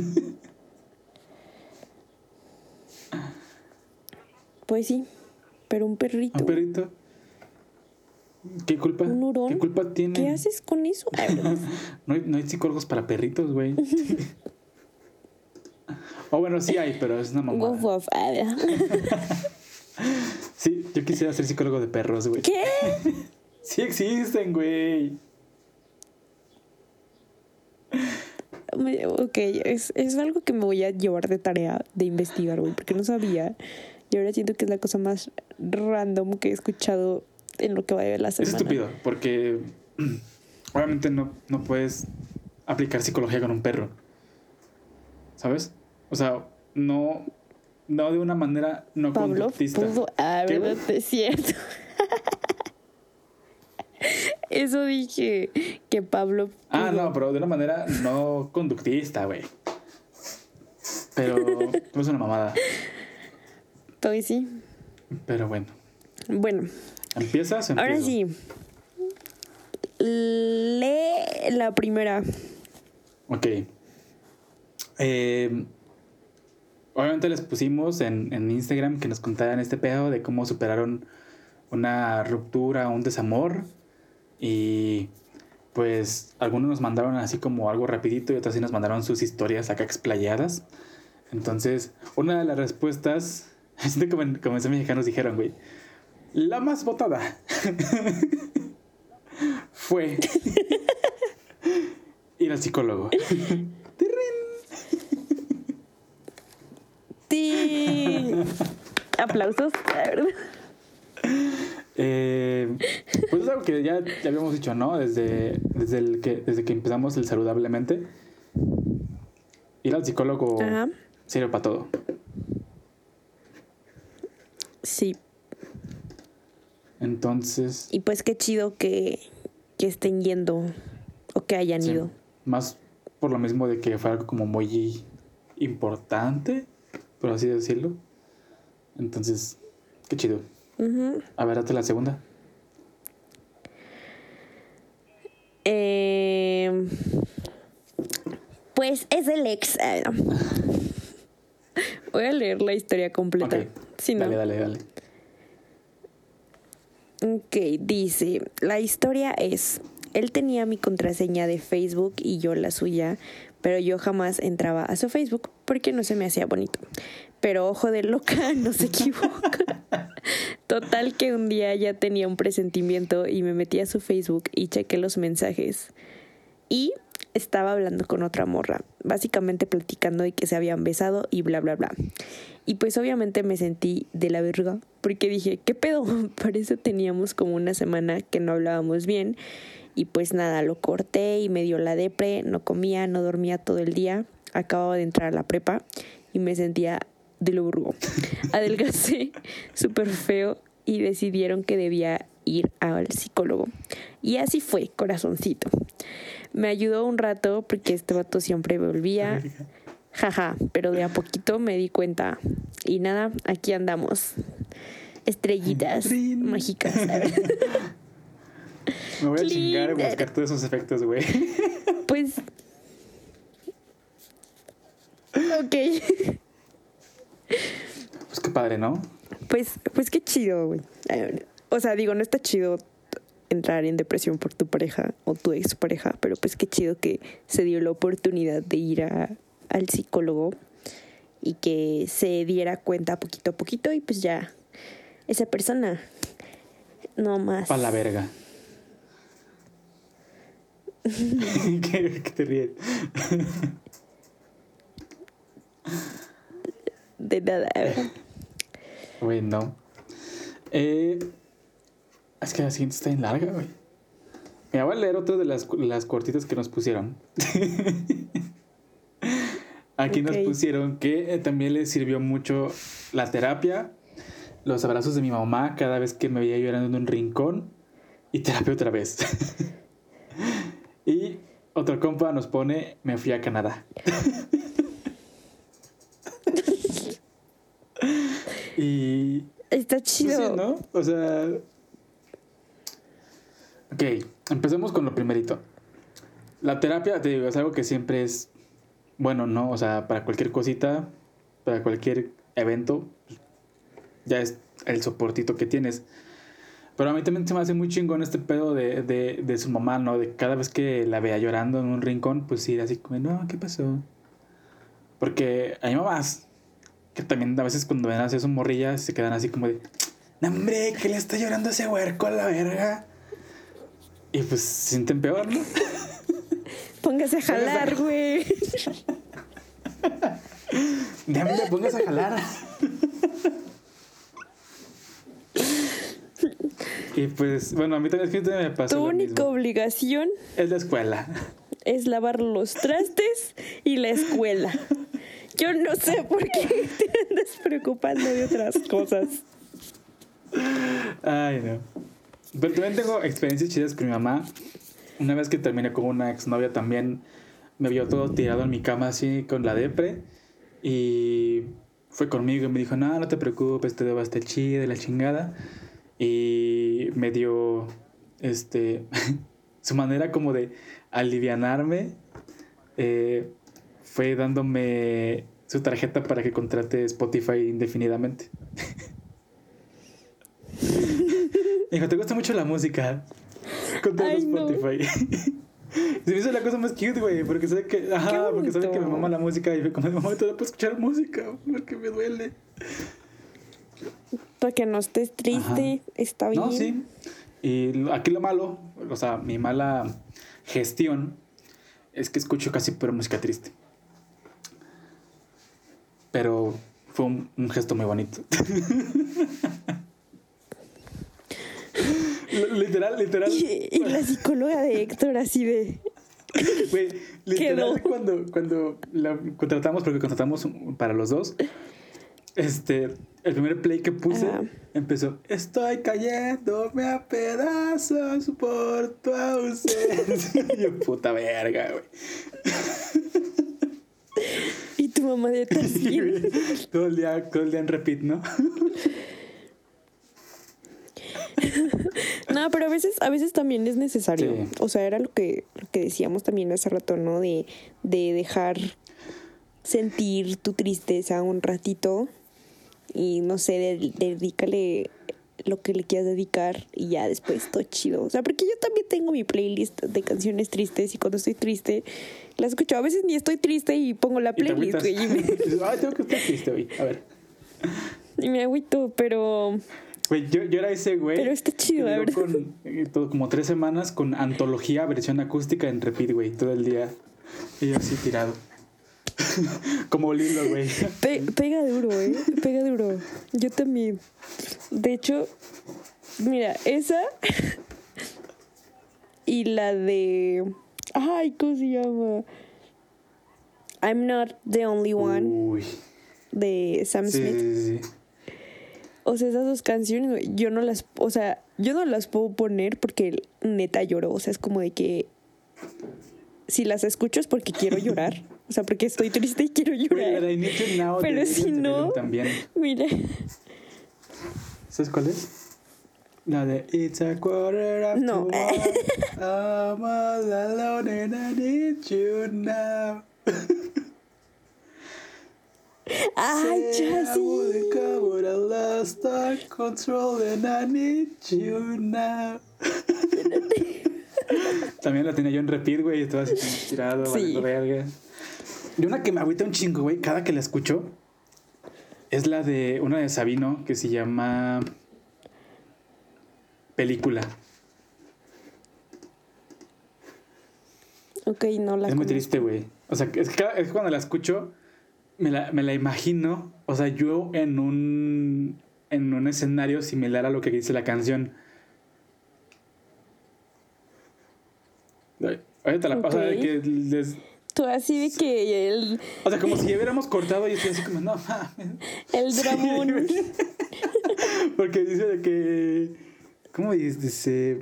Pues sí, pero un perrito. Un perrito. ¿Qué culpa? ¿Un hurón? ¿Qué culpa tiene? ¿Qué haces con eso? no, hay, no hay psicólogos para perritos, güey. O bueno, sí hay, pero es una mamada. Woof, woof. Sí, yo quisiera ser psicólogo de perros, güey. ¿Qué? Sí existen, güey. Ok, es, es algo que me voy a llevar de tarea de investigar, güey, porque no sabía. Y ahora siento que es la cosa más random que he escuchado en lo que va de la semana. Es estúpido, porque obviamente no, no puedes aplicar psicología con un perro. ¿Sabes? O sea, no, no de una manera no Pablo conductista. pudo haber, es cierto. Eso dije, que Pablo pudo. Ah, no, pero de una manera no conductista, güey. Pero no es una mamada. Pues sí. Pero bueno. Bueno. ¿Empiezas? Empiezo. Ahora sí. Lee la primera. Ok. Eh, obviamente les pusimos en, en Instagram que nos contaran este pedo de cómo superaron una ruptura, un desamor. Y pues algunos nos mandaron así como algo rapidito y otros sí nos mandaron sus historias acá explayadas. Entonces, una de las respuestas, siento como en Comenzó Mexicanos dijeron, güey, la más votada fue ir al psicólogo. Sí. Aplausos, la verdad. Eh, pues es algo que ya, ya habíamos dicho, ¿no? Desde, desde, el que, desde que empezamos el Saludablemente. Ir al psicólogo Ajá. sirve para todo. Sí. Entonces... Y pues qué chido que, que estén yendo o que hayan sí, ido. más por lo mismo de que fue algo como muy importante, por así decirlo. Entonces, qué chido. Uh-huh. A ver, date la segunda. Eh, pues es el ex. Eh, voy a leer la historia completa. Ok, Si no. dale, dale, dale. Ok, dice, la historia es, él tenía mi contraseña de Facebook y yo la suya, pero yo jamás entraba a su Facebook porque no se me hacía bonito. Pero ojo de loca, no se equivoca. Total que un día ya tenía un presentimiento y me metí a su Facebook y chequé los mensajes. Y estaba hablando con otra morra, básicamente platicando de que se habían besado y bla, bla, bla. Y pues obviamente me sentí de la verga, porque dije, ¿qué pedo? Por eso teníamos como una semana que no hablábamos bien. Y pues nada, lo corté y me dio la depre, no comía, no dormía todo el día. Acababa de entrar a la prepa y me sentía de lo burgo. Adelgacé súper feo y decidieron que debía ir al psicólogo. Y así fue, corazoncito. Me ayudó un rato porque este vato siempre volvía. Jaja, pero de a poquito me di cuenta. Y nada, aquí andamos. Estrellitas mágicas. Me voy a Clean. chingar a buscar todos esos efectos, güey. Pues Ok. Pues qué padre, ¿no? Pues, pues qué chido, güey. O sea, digo, no está chido entrar en depresión por tu pareja o tu expareja, pero pues qué chido que se dio la oportunidad de ir a, al psicólogo y que se diera cuenta poquito a poquito y pues ya esa persona no más. Pa' la verga. ¿Qué, ¿Qué te ríes? De nada. Güey, no. Eh, es que la siguiente está bien larga, güey. Me voy a leer otra de las, las cortitas que nos pusieron. Aquí okay. Nos pusieron que eh, también les sirvió mucho la terapia, los abrazos de mi mamá cada vez que me veía llorando en un rincón y terapia otra vez. Y otro compa nos pone, me fui a Canadá. Y... Está chido. Pues sí, ¿no? O sea... Ok, empecemos con lo primerito. La terapia, te digo, es algo que siempre es bueno, ¿no? O sea, para cualquier cosita, para cualquier evento, ya es el soportito que tienes. Pero a mí también se me hace muy chingón este pedo de, de, de su mamá, ¿no? De cada vez que la vea llorando en un rincón, pues ir así como, no, ¿qué pasó? Porque hay mamás que también a veces cuando ven así a sus morrillas se quedan así como de, no, hombre, que le está llorando ese huerco a la verga. Y pues se sienten peor, ¿no? Póngase a jalar, güey. Ya me pongas a jalar. Y pues, bueno, a mí también es que me pasó. Tu lo única mismo. obligación Es la escuela. Es lavar los trastes y la escuela. Yo no sé por qué te andas preocupando de otras cosas. Ay, no. Pero también tengo experiencias chidas con mi mamá. Una vez que terminé con una exnovia también me vio todo tirado en mi cama así con la depre. Y fue conmigo y me dijo, no, no te preocupes, te debo estar chida y la chingada. Y me dio este su manera como de alivianarme. Eh, fue dándome su tarjeta para que contrate Spotify indefinidamente. Dijo, ¿te gusta mucho la música? Contrata Spotify. No. Se me hizo la cosa más cute, güey, porque sabe que, ajá, porque sabe que me mama la música y como mamá, te puedo escuchar música porque me duele. Para que no estés triste, ajá. Está bien. No, sí. Y aquí lo malo, o sea, mi mala gestión es que escucho casi pura música triste. Pero fue un, un gesto muy bonito. Literal, literal. Y, y la psicóloga de Héctor así de... Güey, literal cuando, cuando la contratamos, porque contratamos para los dos, este, el primer play que puse uh-huh. empezó, estoy cayéndome a pedazos por tu ausencia. Y yo, puta verga, güey. Y tu mamá de sí, todo el día, todo el día en repeat, ¿no? No, pero a veces, a veces también es necesario. Sí. O sea, era lo que, lo que decíamos también hace rato, ¿no? De, de dejar sentir tu tristeza un ratito y, no sé, de, dedícale lo que le quieras dedicar y ya después todo chido. O sea, porque yo también tengo mi playlist de canciones tristes y cuando estoy triste la escucho. A veces ni estoy triste y pongo la playlist. Y me... Ay, tengo que estar triste hoy. A ver. Y me agüito, pero... Güey, yo, yo era ese güey. Pero está chido, la verdad. Con eh, todo, como tres semanas con antología, versión acústica en repeat, güey, todo el día. Y yo así tirado. Como Lilo, güey. Pe- pega duro, ¿eh? Pega duro. Yo también. De hecho, mira, esa y la de... Ay, ¿cómo se llama? I'm Not the Only One. Uy. De Sam sí, Smith. Sí, sí, sí. O sea, esas dos canciones, yo no las... O sea, yo no las puedo poner porque neta lloro. O sea, es como de que... Si las escucho es porque quiero llorar. O sea, porque estoy triste y quiero llorar. Now, pero si no... También. Mira. ¿Sabes cuál es? La de It's a quarter after no. one. I'm all alone and I need you now. Ay, ya sí. También la tenía yo en repeat, güey. Estaba así tirado, Sí. valiendo verga. Y una que me agüita un chingo, güey, cada que la escucho, es la de una de Sabino que se llama Película. Ok, no la Es muy conozco. triste, güey. O sea, es que, cada, es que cuando la escucho, me la, me la imagino, o sea, yo en un, en un escenario similar a lo que dice la canción. Ahorita la paso, Ok. de que les... Tú así de que el, O sea, como si ya hubiéramos cortado y estoy así como, no mames. el Sí, dramón. güey. Porque dice de que... ¿Cómo dice? Dice...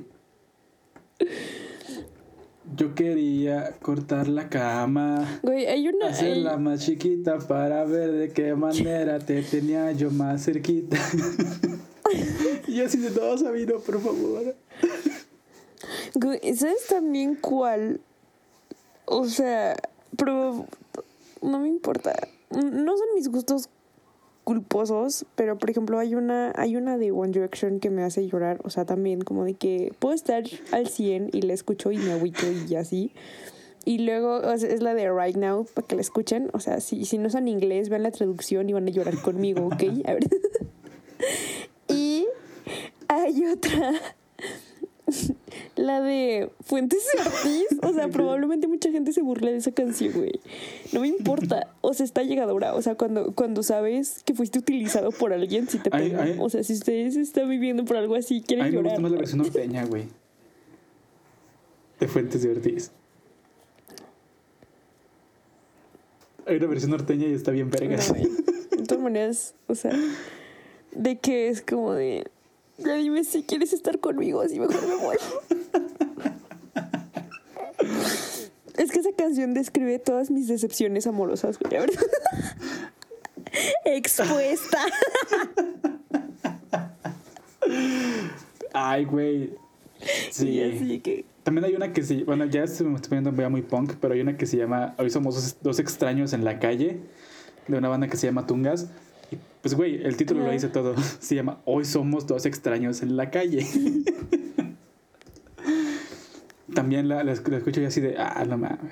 Yo quería cortar la cama, Güey, hay una... hay- hacerla más chiquita para ver de qué manera te tenía yo más cerquita. Y yo así de, no, Sabino, por favor. Güey, ¿sabes también cuál? O sea, pero no me importa. No son mis gustos culposos, pero por ejemplo hay una hay una de One Direction que me hace llorar, o sea, también como de que puedo estar al cien y la escucho y me agüito y así. Y luego, o sea, es la de Right Now, para que la escuchen. O sea, si, si no son inglés, vean la traducción y van a llorar conmigo, ¿ok? A ver. Y hay otra, la de Fuentes de Ortiz. O sea, probablemente mucha gente se burle de esa canción, güey. No me importa. O sea, está llegadora. O sea, cuando, cuando sabes que fuiste utilizado por alguien, si te Ay, pega. ay. O sea, si ustedes están viviendo por algo así, A quieren mí me llorar. gusta más la versión norteña, güey. De Fuentes de Ortiz. Hay una versión norteña y está bien vergas. No, güey. De todas maneras, o sea, de que es como de... Ya dime si quieres estar conmigo, así mejor me voy. Es que esa canción describe todas mis decepciones amorosas, güey, la verdad. Expuesta. Ay, güey. Sí. Y así que... También hay una que se... Bueno, ya se me estoy poniendo ya muy punk, pero hay una que se llama... Hoy somos dos, dos extraños en la calle, de una banda que se llama Tungas. Y pues, güey, el título Ajá. lo dice todo. Se llama Hoy somos dos extraños en la calle. También la, la, esc- la escucho y así de... Ah, no mames.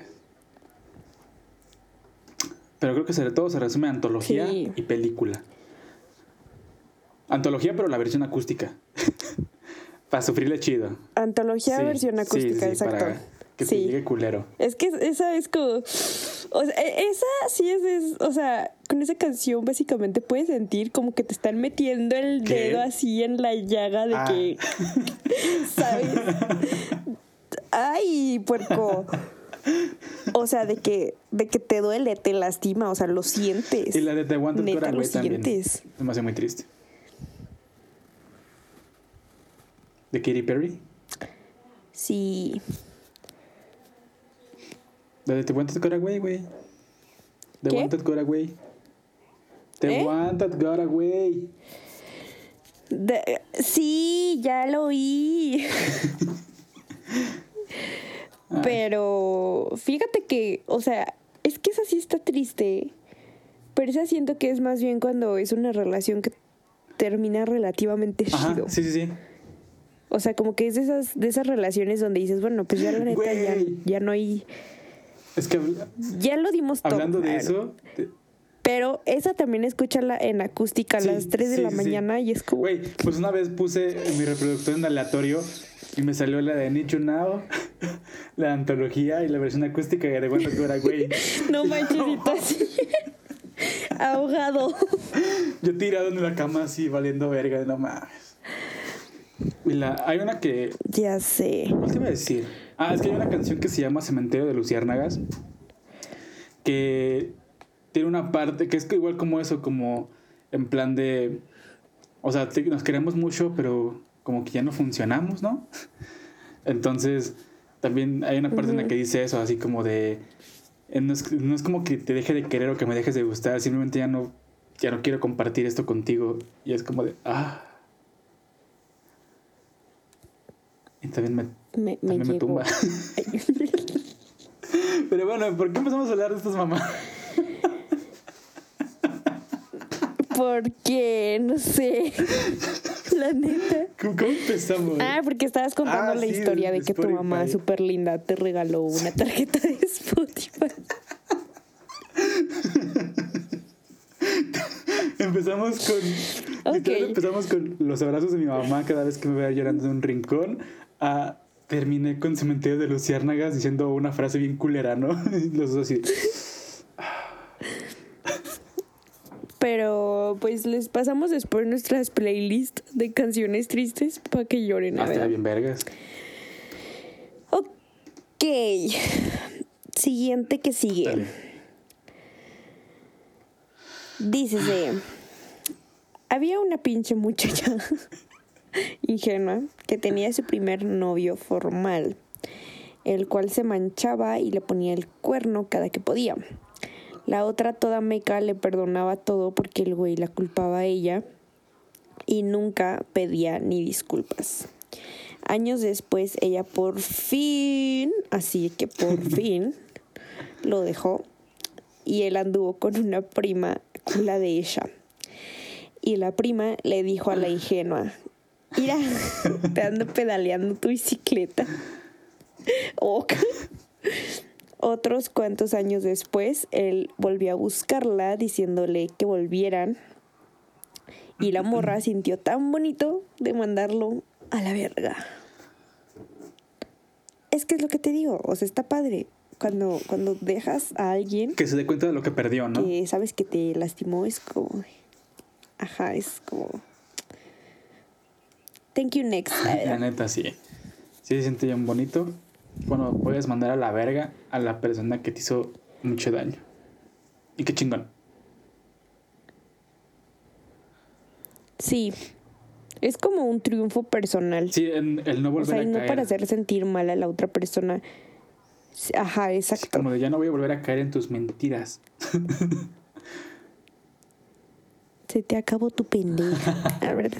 Pero creo que sobre todo se resume a antología Sí. y película. Antología, pero la versión acústica. Para sufrirle chido. Antología Sí, versión sí, acústica, sí, exacto. para que te Sí. llegue culero. Es que esa es como... O sea, e- esa sí es, es... O sea, con esa canción básicamente puedes sentir como que te están metiendo el ¿Qué? dedo así en la llaga de Ah. que... ¿Sabes? Ay, puerco. O sea, de que, de que te duele, te lastima, o sea, lo sientes. Y la de The Wanted Neta, Cora, lo güey, también. sientes. Se me hace muy triste. ¿De Katy Perry? Sí. La de The Wanted Cora, güey, güey. The ¿Qué? Wanted Cora, güey. The ¿Eh? Wanted Cora, güey. De- sí, ya lo oí. Pero fíjate que, o sea, es que esa sí está triste. Pero esa siento que es más bien cuando es una relación que termina relativamente Ajá, chido. sí, sí, sí. O sea, como que es de esas, de esas relaciones donde dices, bueno, pues ya la neta ya, Güey. ya no hay. Es que habla- Ya lo dimos todo. hablando de Bueno, eso... te- Pero esa también escúchala en acústica a Sí, las tres de sí, la sí, sí. mañana y es como... Güey, pues una vez puse mi reproductor en aleatorio y me salió la de Need You Now, la antología y la versión acústica de The Wanted Cora, güey. No manches, y tú así. Ahogado. Yo tirado en la cama así, valiendo verga, no mames. Y la, hay una que... Ya sé. ¿Cuál te iba a decir? Ah, es que hay una canción que se llama Cementerio de Luciérnagas, que tiene una parte que es que igual como eso, como en plan de... O sea, te- nos queremos mucho, pero como que ya no funcionamos, ¿no? Entonces, también hay una parte en la Ujú. que dice eso, así como de... eh, No es, no es como que te deje de querer o que me dejes de gustar, simplemente ya no, ya no quiero compartir esto contigo. Y es como de... Ah. Y también me, Me, me también me llegó. tumba. Pero bueno, ¿por qué empezamos a hablar de estas mamás? Porque, no sé, la neta. ¿Cómo, cómo empezamos? Ah, porque estabas contando Ah, la sí, historia de que tu Spotify. mamá súper linda te regaló una tarjeta de Spotify. Empezamos con. Ok. Literal, empezamos con los abrazos de mi mamá cada vez que me veía llorando en un rincón. A terminé con Cementerio de Luciérnagas diciendo una frase bien culera, ¿no? Los dos así. Pero pues les pasamos después nuestras playlists de canciones tristes para que lloren. Hasta ¿verdad? bien vergas. Ok. Siguiente que sigue. Dale. Dícese, había una pinche muchacha ingenua que tenía su primer novio formal, el cual se manchaba y le ponía el cuerno cada que podía. La otra toda meca le perdonaba todo porque el güey la culpaba a ella y nunca pedía ni disculpas. Años después ella por fin, así que por fin, lo dejó y él anduvo con una prima, la de ella. Y la prima le dijo a la ingenua, mira, te ando pedaleando tu bicicleta. Oh. Otros cuantos años después, él volvió a buscarla diciéndole que volvieran. Y la morra sintió tan bonito de mandarlo a la verga. Es que es lo que te digo, o sea, está padre. Cuando, cuando dejas a alguien Que se dé cuenta de lo que perdió, ¿no? que sabes que te lastimó, es como... Ajá, es como... Thank you, next. La neta, sí. Sí se siente bien bonito. Bueno, puedes mandar a la verga a la persona que te hizo mucho daño. Y qué chingón. Sí, es como un triunfo personal. Sí, el, el no volver o sea, a y no caer. para hacer sentir mal a la otra persona. Ajá, exacto. Sí, como de ya no voy a volver a caer en tus mentiras. Se te acabó tu pendeja, la verdad.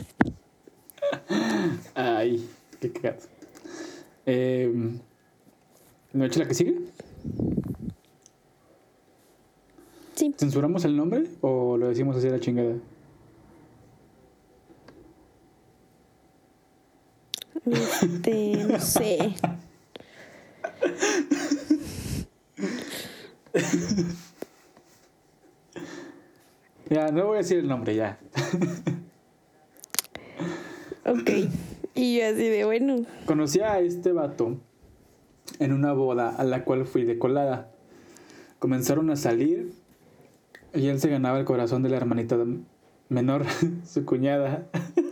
Ay, qué cagado. Eh, ¿No he hecho la que sigue? Sí. ¿Censuramos el nombre o lo decimos así a la chingada? Este, no sé. Ya, no voy a decir el nombre, ya. Ok. Y yo así de bueno. Conocí a este vato en una boda a la cual fui de colada. Comenzaron a salir y él se ganaba el corazón de la hermanita menor, su cuñada,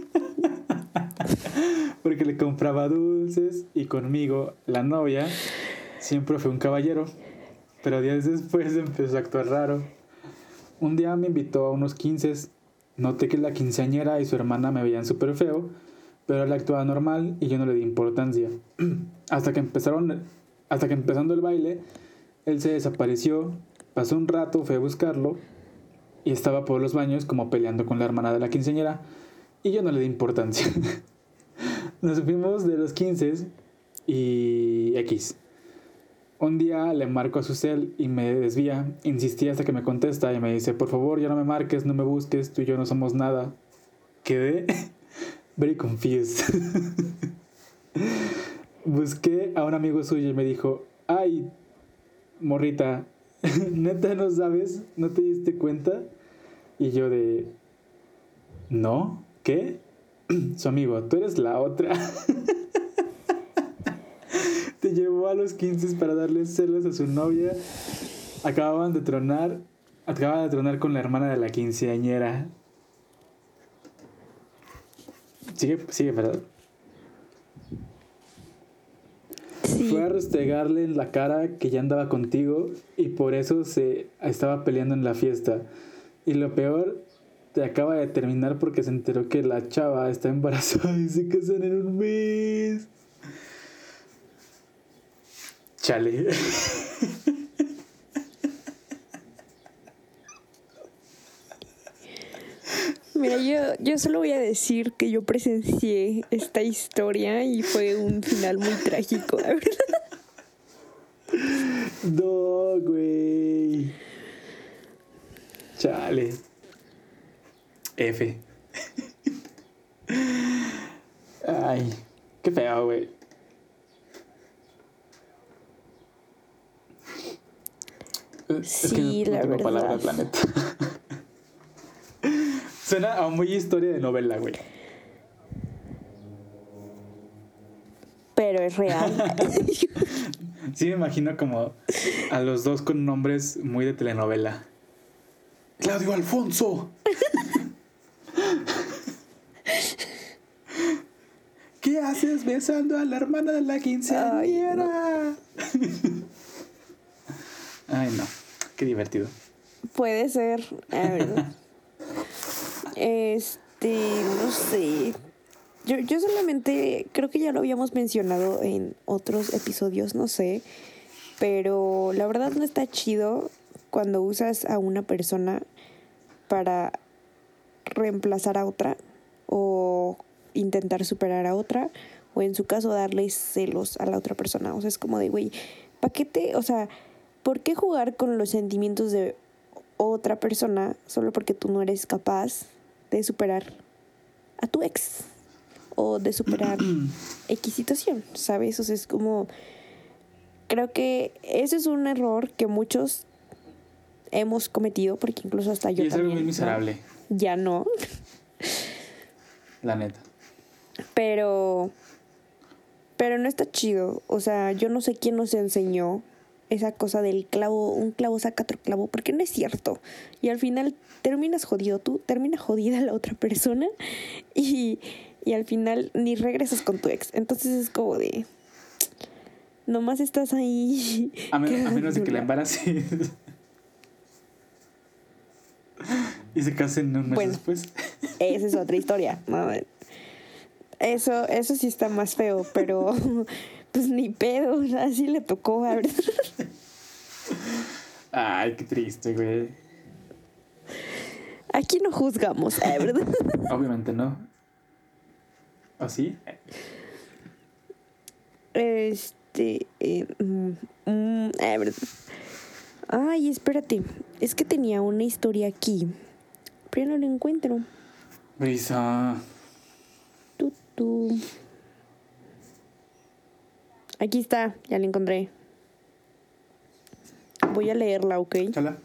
porque le compraba dulces y conmigo, la novia, siempre fue un caballero, pero días después empezó a actuar raro. Un día me invitó a unos quince, noté que la quinceañera y su hermana me veían súper feo, pero él actuaba normal y yo no le di importancia. Hasta que empezaron, hasta que empezando el baile, él se desapareció, pasó un rato, fui a buscarlo y estaba por los baños como peleando con la hermana de la quinceañera y yo no le di importancia. Nos fuimos de los quince y X. Un día le marco a su cel y me desvía, insistí hasta que me contesta y me dice, por favor ya no me marques, no me busques, tú y yo no somos nada. Quedé very confused. Busqué a un amigo suyo y me dijo, ay, morrita, ¿neta no sabes? ¿No te diste cuenta? Y yo de, ¿no? ¿Qué? Su amigo, tú eres la otra. Te llevó a los quince para darle celos a su novia. Acababan de tronar, acababan de tronar con la hermana de la quinceañera. Sigue, sigue, ¿verdad? Sí. Fue a restregarle en la cara que ya andaba contigo y por eso se estaba peleando en la fiesta. Y lo peor, te acaba de terminar porque se enteró que la chava está embarazada y se casan en un mes. Chale. Mira, yo, yo solo voy a decir que yo presencié esta historia y fue un final muy trágico, la verdad. No, güey. Chale. F. Ay, qué feo, güey. Sí, es que no, no la tengo verdad. palabras, la neta. Suena a muy historia de novela, güey. Pero es real. Sí, me imagino como a los dos con nombres muy de telenovela. Claudio Alfonso. ¿Qué haces besando a la hermana de la quinceañera? Ay, no. Ay, no. Qué divertido. Puede ser. A ver. Este, no sé. Yo, yo solamente creo que ya lo habíamos mencionado en otros episodios, no sé. Pero la verdad no está chido cuando usas a una persona para reemplazar a otra o intentar superar a otra, o en su caso darle celos a la otra persona. O sea, es como de, güey, ¿para qué te, o sea, ¿por qué jugar con los sentimientos de otra persona solo porque tú no eres capaz de superar a tu ex o de superar X situación, ¿sabes? O sea, es como, creo que ese es un error que muchos hemos cometido, porque incluso hasta yo y es también, algo muy miserable. ¿no? Ya no. La neta. Pero, pero no está chido. O sea, yo no sé quién nos enseñó esa cosa del clavo, un clavo saca otro clavo, porque no es cierto. Y al final terminas jodido tú, termina jodida la otra persona y, y al final ni regresas con tu ex. Entonces es como de, nomás estás ahí. A, men- a menos de que la embaraces. Y se casen un mes Bueno, después. Esa es otra historia. No, eso, eso sí está más feo, pero pues ni pedo, así le tocó, ¿verdad? Ay, qué triste, güey. Aquí no juzgamos, ¿eh? ¿Verdad? Obviamente no. ¿O sí? Este. Eh, mm, mm, eh, ¿verdad? Ay, espérate. Es que tenía una historia aquí, pero no la encuentro. Brisa. Tú, tú. Aquí está, ya la encontré. Voy a leerla, ¿ok? Chala.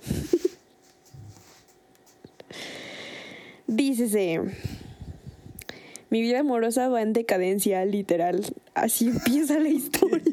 Dícese: mi vida amorosa va en decadencia, literal. Así empieza la historia.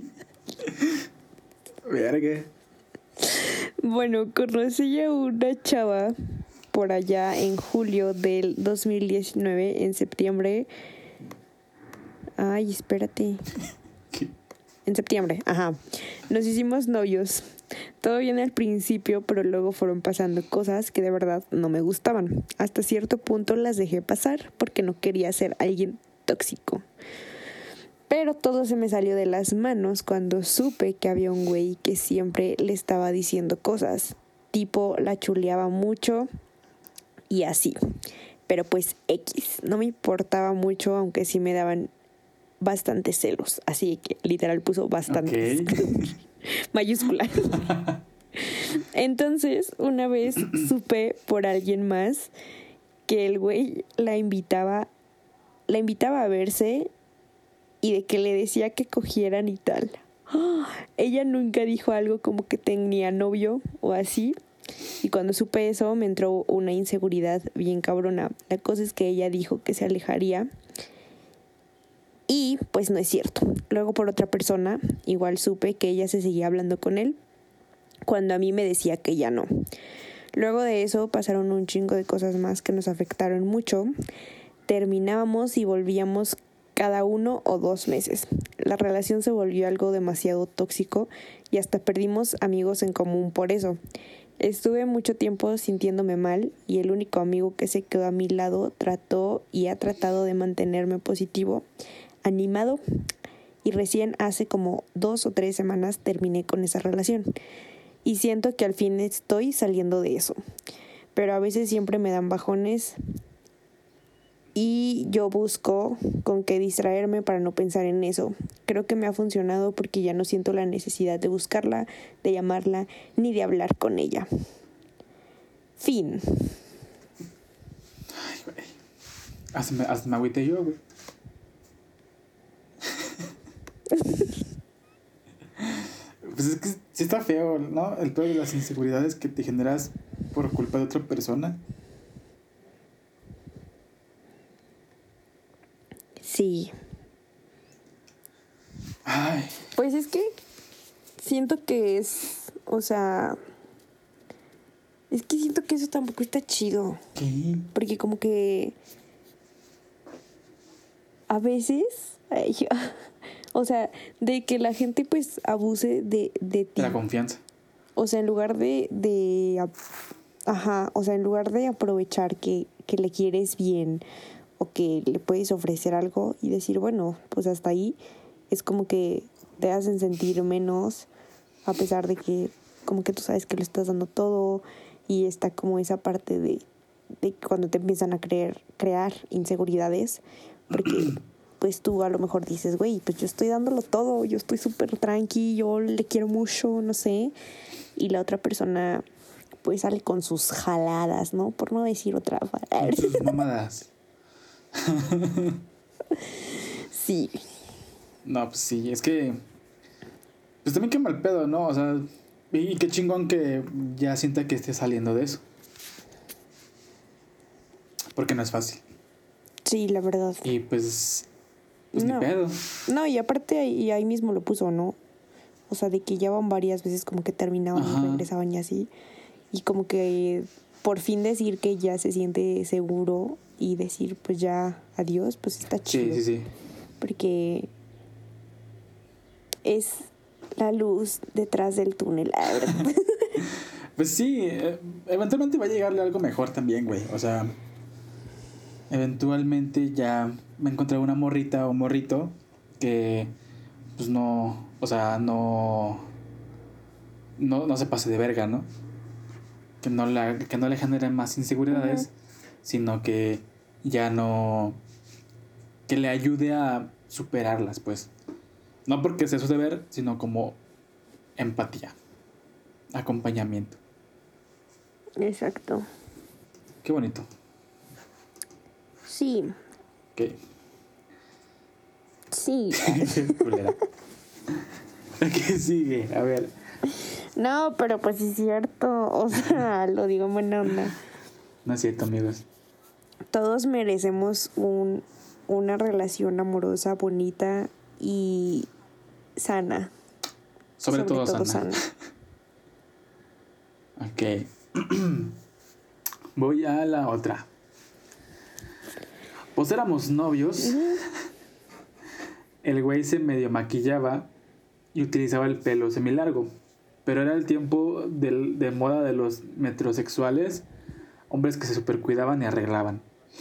Verga. Bueno, conocí a una chava por allá en julio del dos mil diecinueve, en septiembre. Ay, espérate. ¿Qué? En septiembre, ajá. Nos hicimos novios. Todo bien al principio, pero luego fueron pasando cosas que de verdad no me gustaban. Hasta cierto punto las dejé pasar porque no quería ser alguien tóxico. Pero todo se me salió de las manos cuando supe que había un güey que siempre le estaba diciendo cosas. Tipo, la chuleaba mucho y así. Pero pues X, no me importaba mucho, aunque sí me daban bastantes celos. Así que literal puso bastantes. Okay. Mayúscula. Entonces, una vez supe por alguien más que el güey la invitaba, la invitaba a verse y de que le decía que cogieran y tal. ¡Oh! Ella nunca dijo algo como que tenía novio o así. Y cuando supe eso me entró una inseguridad bien cabrona. La cosa es que ella dijo que se alejaría. Y pues no es cierto. Luego por otra persona, igual supe que ella se seguía hablando con él, cuando a mí me decía que ya no. Luego de eso pasaron un chingo de cosas más que nos afectaron mucho. Terminábamos y volvíamos cada uno o dos meses. La relación se volvió algo demasiado tóxico y hasta perdimos amigos en común por eso. Estuve mucho tiempo sintiéndome mal y el único amigo que se quedó a mi lado trató y ha tratado de mantenerme positivo, animado, y recién hace como dos o tres semanas terminé con esa relación y siento que al fin estoy saliendo de eso, pero a veces siempre me dan bajones y yo busco con qué distraerme para no pensar en eso. Creo que me ha funcionado porque ya no siento la necesidad de buscarla, de llamarla, ni de hablar con ella. Fin. Ay, Hasta me, hasta me agüité yo, güey. Pues es que sí está feo, ¿no? El peor de las inseguridades que te generas por culpa de otra persona. Sí. Ay. Pues es que siento que es, o sea, es que siento que eso tampoco está chido. ¿Qué? Porque como que a veces, ay, o sea, de que la gente pues abuse de, de ti. La confianza. O sea, en lugar de, de, ajá, o sea, en lugar de aprovechar que, que le quieres bien o que le puedes ofrecer algo y decir, bueno, pues hasta ahí, es como que te hacen sentir menos, a pesar de que como que tú sabes que lo estás dando todo y está como esa parte de, de cuando te empiezan a creer, crear inseguridades, porque pues tú a lo mejor dices, güey, pues yo estoy dándolo todo, yo estoy súper tranqui, yo le quiero mucho, no sé, y la otra persona pues sale con sus jaladas, ¿no? Por no decir otra palabra. Con sus mamadas. Sí. No, pues sí, es que... Pues también qué mal pedo, ¿no? O sea, y qué chingón que ya sienta que esté saliendo de eso. Porque no es fácil. Sí, la verdad. Y pues... Pues no. ni pedo. No, y aparte ahí, ahí mismo lo puso, ¿no? O sea, de que ya van varias veces como que terminaban Ajá. y regresaban y así. Y como que por fin decir que ya se siente seguro y decir pues ya adiós, pues está chido. Sí, sí, sí. Porque es la luz detrás del túnel, la verdad. Pues sí, eh, eventualmente va a llegarle algo mejor también, güey. O sea, eventualmente ya va a encontrar una morrita o morrito que pues no, o sea, no no, no se pase de verga, ¿no? Que no, la, que no le generen más inseguridades, uh-huh. Sino que ya no... Que le ayude a superarlas, pues. No porque sea su deber, sino como empatía, acompañamiento. Exacto. Qué bonito. Sí. ¿Qué? Sí. Culera. ¿Qué sigue? A ver. No, pero pues sí es cierto. O sea, lo digo en buena onda. No es cierto, amigos. Todos merecemos un, una relación amorosa, bonita y sana. Sobre, Sobre todo, todo sana. sana. Ok. Voy a la otra. Pues éramos novios. Uh-huh. El güey se medio maquillaba y utilizaba el pelo semilargo. Pero era el tiempo de, de moda de los metrosexuales, hombres que se supercuidaban y arreglaban.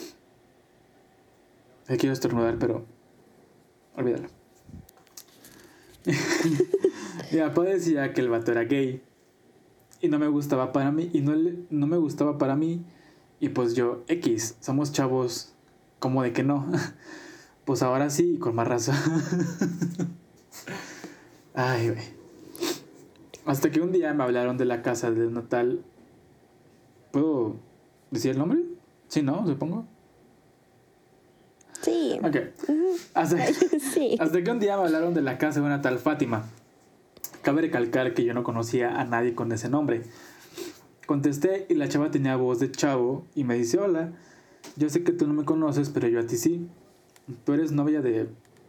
Te quiero estornudar, pero olvídalo. Mi papá decía que el vato era gay y no me gustaba para mí y no, no me gustaba para mí y pues yo, X, somos chavos, como de que no. Pues ahora sí y con más razón. Ay, güey. Hasta que un día me hablaron de la casa de una tal... ¿Puedo decir el nombre? Sí, ¿no? Supongo. Sí. Ok. Uh-huh. Hasta, sí. Hasta que un día me hablaron de la casa de una tal Fátima. Cabe recalcar que yo no conocía a nadie con ese nombre. Contesté y la chava tenía voz de chavo y me dice, hola, yo sé que tú no me conoces, pero yo a ti sí. Tú eres novia de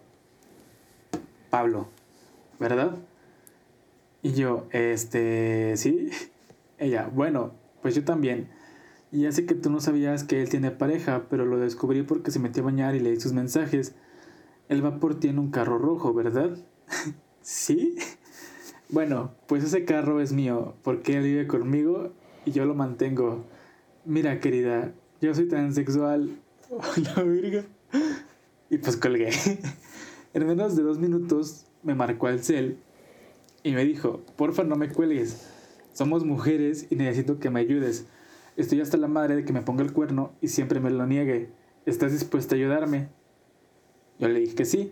Pablo, ¿verdad? Y yo, este, ¿sí? Ella, bueno, pues yo también. Y ya sé que tú no sabías que él tiene pareja, pero lo descubrí porque se metió a bañar y leí sus mensajes. Él va por ti en un carro rojo, ¿verdad? ¿Sí? Bueno, pues ese carro es mío, porque él vive conmigo y yo lo mantengo. Mira, querida, yo soy transexual. Oh, la verga. Y pues colgué. En menos de dos minutos me marcó el cel y me dijo, porfa no me cuelgues, somos mujeres y necesito que me ayudes. Estoy hasta la madre de que me ponga el cuerno y siempre me lo niegue. ¿Estás dispuesta a ayudarme? Yo le dije que sí.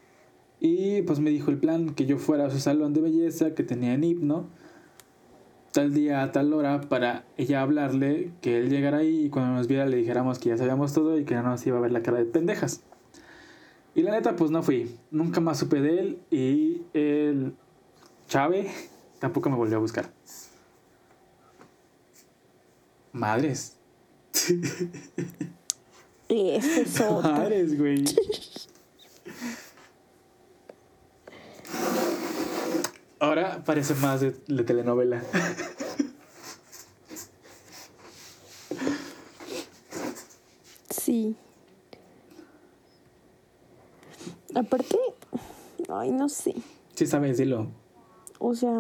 Y pues me dijo el plan que yo fuera a su salón de belleza que tenía en Hipno tal día a tal hora para ella hablarle, que él llegara ahí y cuando nos viera le dijéramos que ya sabíamos todo y que no nos iba a ver la cara de pendejas. Y la neta, pues no fui. Nunca más supe de él y el Chave tampoco me volvió a buscar. Madres. Ese es otro. Madres, güey. Ahora parece más de, de telenovela. Sí. Aparte, ay, no sé. Sí sabes, dilo. O sea,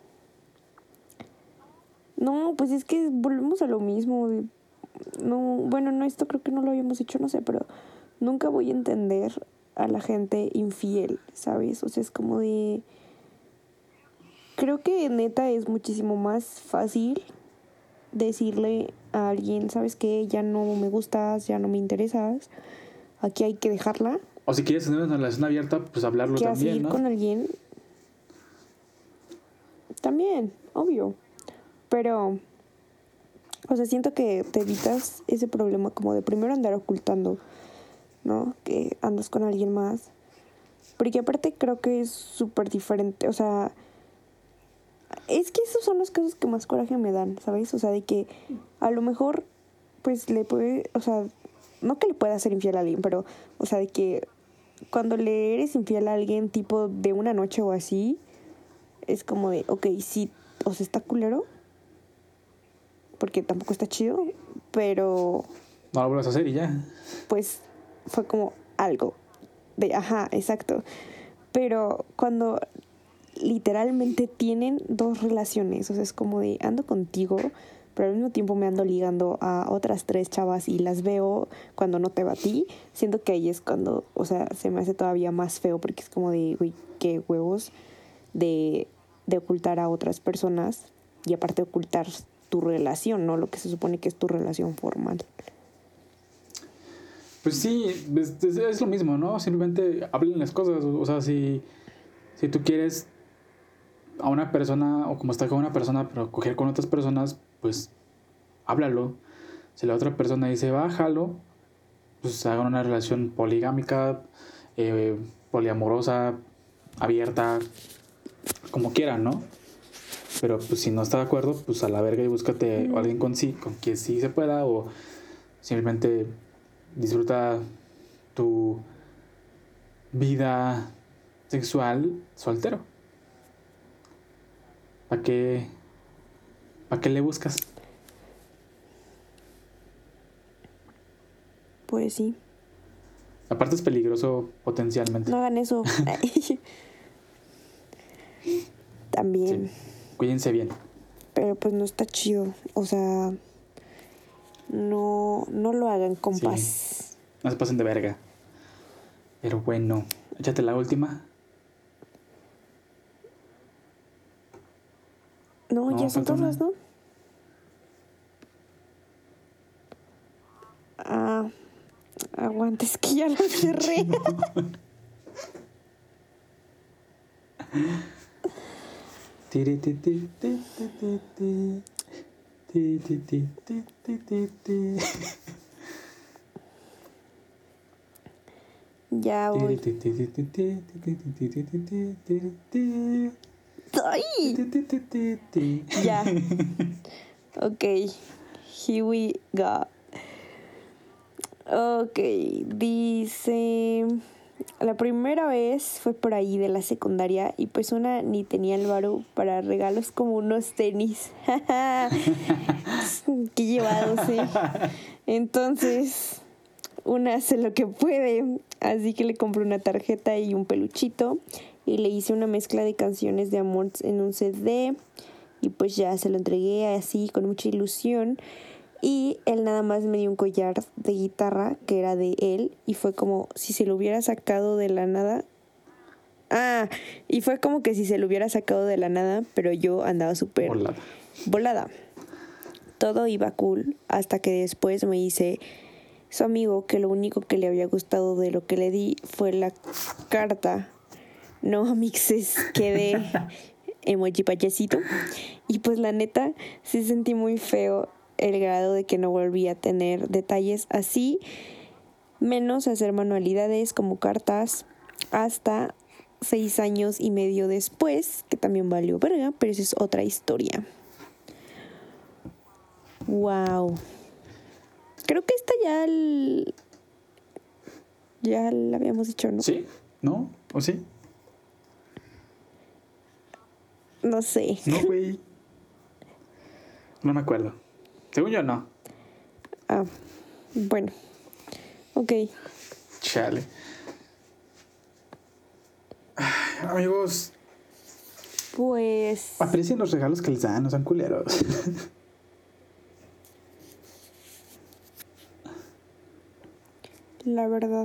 no, pues es que volvemos a lo mismo. de- No, bueno, no, esto creo que no lo habíamos hecho, no sé, pero nunca voy a entender a la gente infiel, ¿sabes? O sea, es como de... Creo que neta es muchísimo más fácil decirle a alguien, ¿sabes qué? Ya no me gustas, ya no me interesas, aquí hay que dejarla, O si quieres tener una relación abierta, pues hablarlo que a también, seguir ¿no? con alguien. También, obvio. Pero, o sea, siento que te evitas ese problema como de primero andar ocultando, ¿no? Que andas con alguien más. Porque aparte creo que es súper diferente, o sea, es que esos son los casos que más coraje me dan, ¿sabes? O sea, de que a lo mejor, pues le puede, o sea, no que le pueda ser infiel a alguien, pero, o sea, de que cuando le eres infiel a alguien tipo de una noche o así, es como de, ok, sí, o sea, está culero, porque tampoco está chido, pero No lo vuelvas a hacer y ya. pues fue como algo de, ajá, exacto. Pero cuando literalmente tienen dos relaciones, o sea, es como de ando contigo, pero al mismo tiempo me ando ligando a otras tres chavas y las veo cuando no te va a ti, siento que ahí es cuando, o sea, se me hace todavía más feo porque es como de, güey, qué huevos de, de ocultar a otras personas y aparte ocultar tu relación, ¿no? Lo que se supone que es tu relación formal. Pues sí, es, es, es lo mismo, ¿no? Simplemente hablen las cosas. O sea, si, si tú quieres a una persona, o como estar con una persona, pero coger con otras personas, pues háblalo. Si la otra persona dice, bájalo, pues hagan una relación poligámica, eh, poliamorosa, abierta, como quieran, ¿no? Pero pues si no está de acuerdo, pues a la verga y búscate Mm. a alguien con sí, con quien sí se pueda, o simplemente disfruta tu vida sexual soltero. ¿Para qué, ¿para qué le buscas? Pues sí. Aparte es peligroso potencialmente. No hagan eso. También. Sí. Cuídense bien. Pero pues no está chido. O sea, no, no lo hagan, compas. Sí. No se pasen de verga. Pero bueno, échate la última. No, No, ya son falta una. todas, ¿no? Ah, aguanta, es que ya lo cerré. Tiri, ti, ti, ti, ti, ti, ti. Ti, ti, ti, ti, ti, ti, ti. Ya voy. Tiri, ti, ti, ti, ti, ti, ti, ti, ti, ti, ti, ti, ti. ¡Ay! Ti, ti, ti, ti, ti. Ya. Ok. Here we go. Ok. Dice... La primera vez fue por ahí de la secundaria y pues una ni tenía el varo para regalos como unos tenis. Qué llevados, ¿eh? Entonces, una hace lo que puede, así que le compré una tarjeta y un peluchito y le hice una mezcla de canciones de amor en un C D y pues ya se lo entregué así con mucha ilusión. Y él nada más me dio un collar de guitarra que era de él y fue como si se lo hubiera sacado de la nada. Ah, y fue como que si se lo hubiera sacado de la nada, pero yo andaba súper Volada. volada. Todo iba cool hasta que después me dice su amigo que lo único que le había gustado de lo que le di fue la carta. No, amixes, quedé emoji payasito. Y pues la neta, sí sentí muy feo el grado de que no volví a tener detalles así, menos hacer manualidades como cartas, hasta seis años y medio después, que también valió verga, pero esa es otra historia. Wow. Creo que esta ya el... ya la habíamos dicho, ¿no? ¿Sí? ¿No? ¿O sí? No sé. No, güey. No me acuerdo. Según yo, no. Ah, bueno. Ok. Chale. Ay, amigos, Pues... aprecien los regalos que les dan, no sean culeros. La verdad.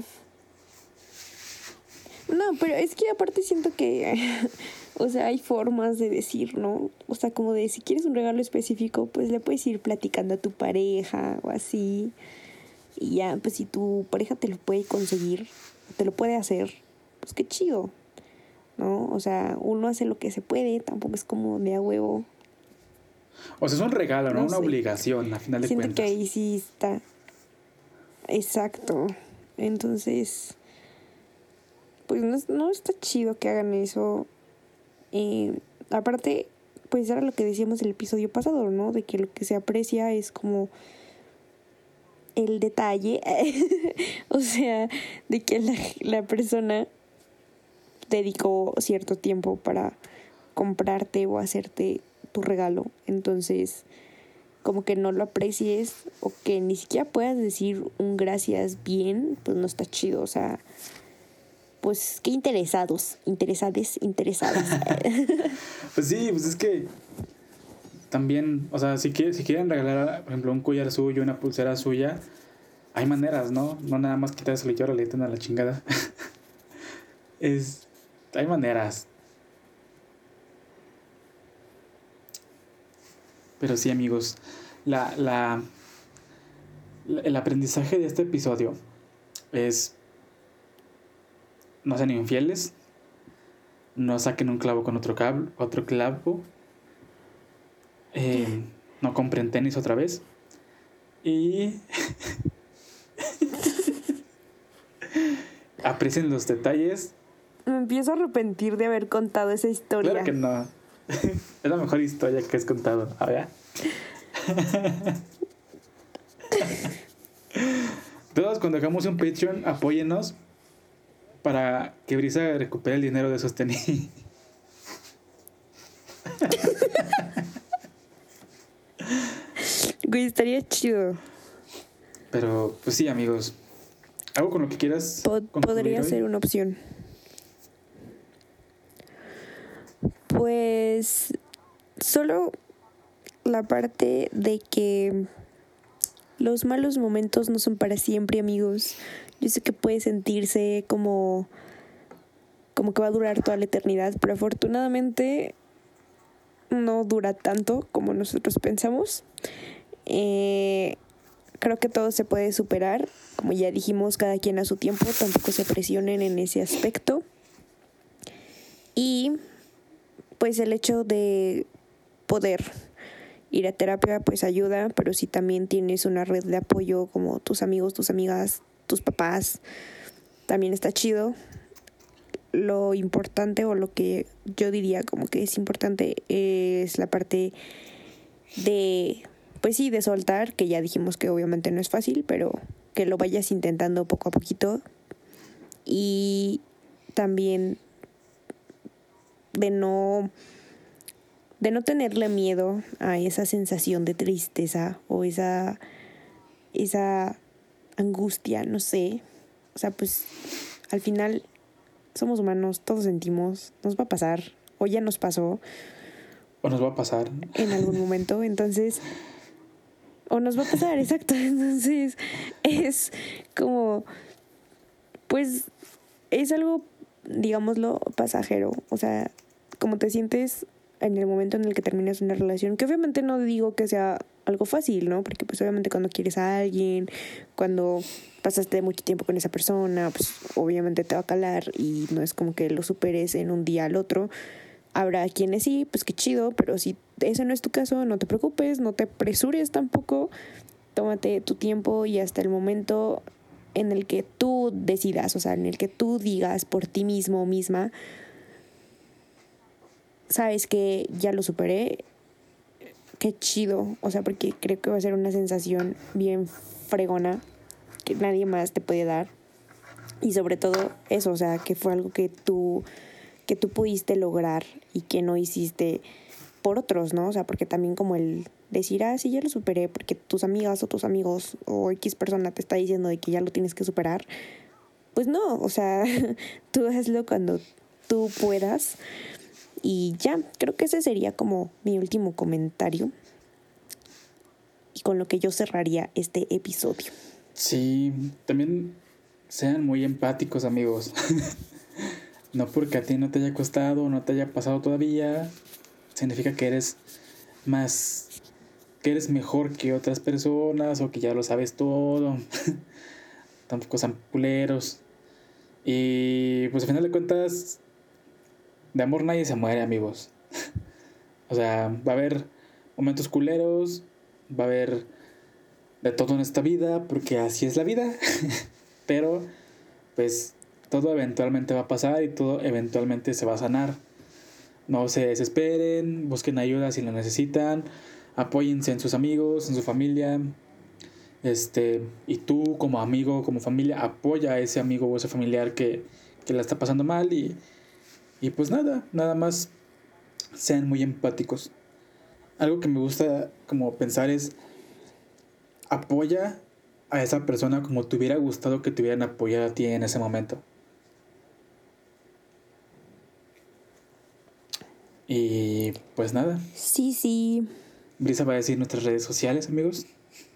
No, pero es que aparte siento que, o sea, hay formas de decir, ¿no? O sea, como de si quieres un regalo específico, pues le puedes ir platicando a tu pareja o así. Y ya, pues si tu pareja te lo puede conseguir, te lo puede hacer, pues qué chido, ¿no? O sea, uno hace lo que se puede, tampoco es como de a huevo. O sea, es un regalo, no, No una sé. obligación, a final de Siento cuentas. que ahí sí está. Exacto. Entonces, pues no, no está chido que hagan eso. Eh, aparte, pues era lo que decíamos en el episodio pasado, ¿no? De que lo que se aprecia es como el detalle. O sea, de que la, la persona dedicó cierto tiempo para comprarte o hacerte tu regalo. Entonces, como que no lo aprecies o que ni siquiera puedas decir un gracias bien, pues no está chido. O sea, pues qué interesados, interesades, interesadas. Pues sí, pues es que también, o sea, si, quiere, si quieren regalar, por ejemplo, un collar suyo, una pulsera suya, hay maneras, ¿no? No nada más quitárselo y ahora le a la chingada. Es, hay maneras. Pero sí, amigos, la, la, la- el aprendizaje de este episodio es: no sean infieles, no saquen un clavo con otro, cable, otro clavo, eh, no compren tenis otra vez y aprecien los detalles. Me empiezo a arrepentir de haber contado esa historia. Claro que no. Es la mejor historia que has contado. A ver. Todos, cuando hagamos un Patreon, apóyennos para que Brisa recupere el dinero de esos tenis. Güey, estaría chido. Pero, pues sí, amigos. ¿Algo con lo que quieras Pod- podría hoy? ser una opción. Pues solo la parte de que los malos momentos no son para siempre, amigos. Yo sé que puede sentirse como, como que va a durar toda la eternidad, pero afortunadamente no dura tanto como nosotros pensamos. Eh, creo que todo se puede superar. Como ya dijimos, cada quien a su tiempo, tampoco se presionen en ese aspecto. Y pues el hecho de poder ir a terapia pues ayuda, pero si también tienes una red de apoyo como tus amigos, tus amigas, tus papás, también está chido. Lo importante o lo que yo diría como que es importante es la parte de, pues sí, de soltar, que ya dijimos que obviamente no es fácil, pero que lo vayas intentando poco a poquito. Y también de no de no tenerle miedo a esa sensación de tristeza o esa esa angustia, no sé. O sea, pues al final somos humanos, todos sentimos, nos va a pasar o ya nos pasó O nos va a pasar. en algún momento, entonces o nos va a pasar, exacto. Entonces es como, pues es algo, digámoslo, pasajero. O sea, como te sientes en el momento en el que terminas una relación, que obviamente no digo que sea algo fácil, ¿no? Porque pues obviamente cuando quieres a alguien, cuando pasaste mucho tiempo con esa persona, pues obviamente te va a calar y no es como que lo superes en un día al otro. Habrá quienes sí, pues qué chido, pero si ese no es tu caso, no te preocupes, no te apresures tampoco. Tómate tu tiempo y hasta el momento en el que tú decidas, o sea, en el que tú digas por ti mismo o misma, sabes que ya lo superé, qué chido, o sea, porque creo que va a ser una sensación bien fregona que nadie más te puede dar. Y sobre todo eso, o sea, que fue algo que tú, que tú pudiste lograr y que no hiciste por otros, ¿no? O sea, porque también como el decir, ah, sí, ya lo superé, porque tus amigas o tus amigos o X persona te está diciendo de que ya lo tienes que superar. Pues no, o sea, tú hazlo cuando tú puedas. Y ya, creo que ese sería como mi último comentario. Y con lo que yo cerraría este episodio. Sí, también sean muy empáticos, amigos. No porque a ti no te haya costado, no te haya pasado todavía, significa que eres más, que eres mejor que otras personas o que ya lo sabes todo. Tampoco sean culeros. Y pues al final de cuentas, de amor nadie se muere, amigos. O sea, va a haber momentos culeros, va a haber de todo en esta vida, porque así es la vida. Pero, pues, todo eventualmente va a pasar y todo eventualmente se va a sanar. No se desesperen, busquen ayuda si lo necesitan, apóyense en sus amigos, en su familia. Este, y tú como amigo, como familia, apoya a ese amigo o ese familiar que, que la está pasando mal y, y pues nada, nada más sean muy empáticos. Algo que me gusta como pensar es apoya a esa persona como te hubiera gustado que te hubieran apoyado a ti en ese momento. Y pues nada. Sí, sí. Brisa va a decir nuestras redes sociales, amigos.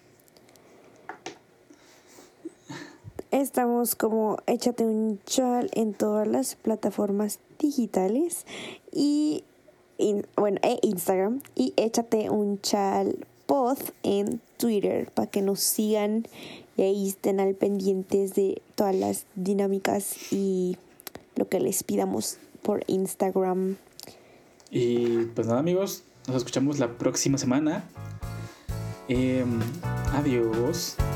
Estamos como Échate un Chal en todas las plataformas digitales y in, bueno, e Instagram, y Échate un Chal pod en Twitter para que nos sigan y ahí estén al pendientes de todas las dinámicas y lo que les pidamos por Instagram. Y pues nada, amigos, nos escuchamos la próxima semana. Eh, adiós.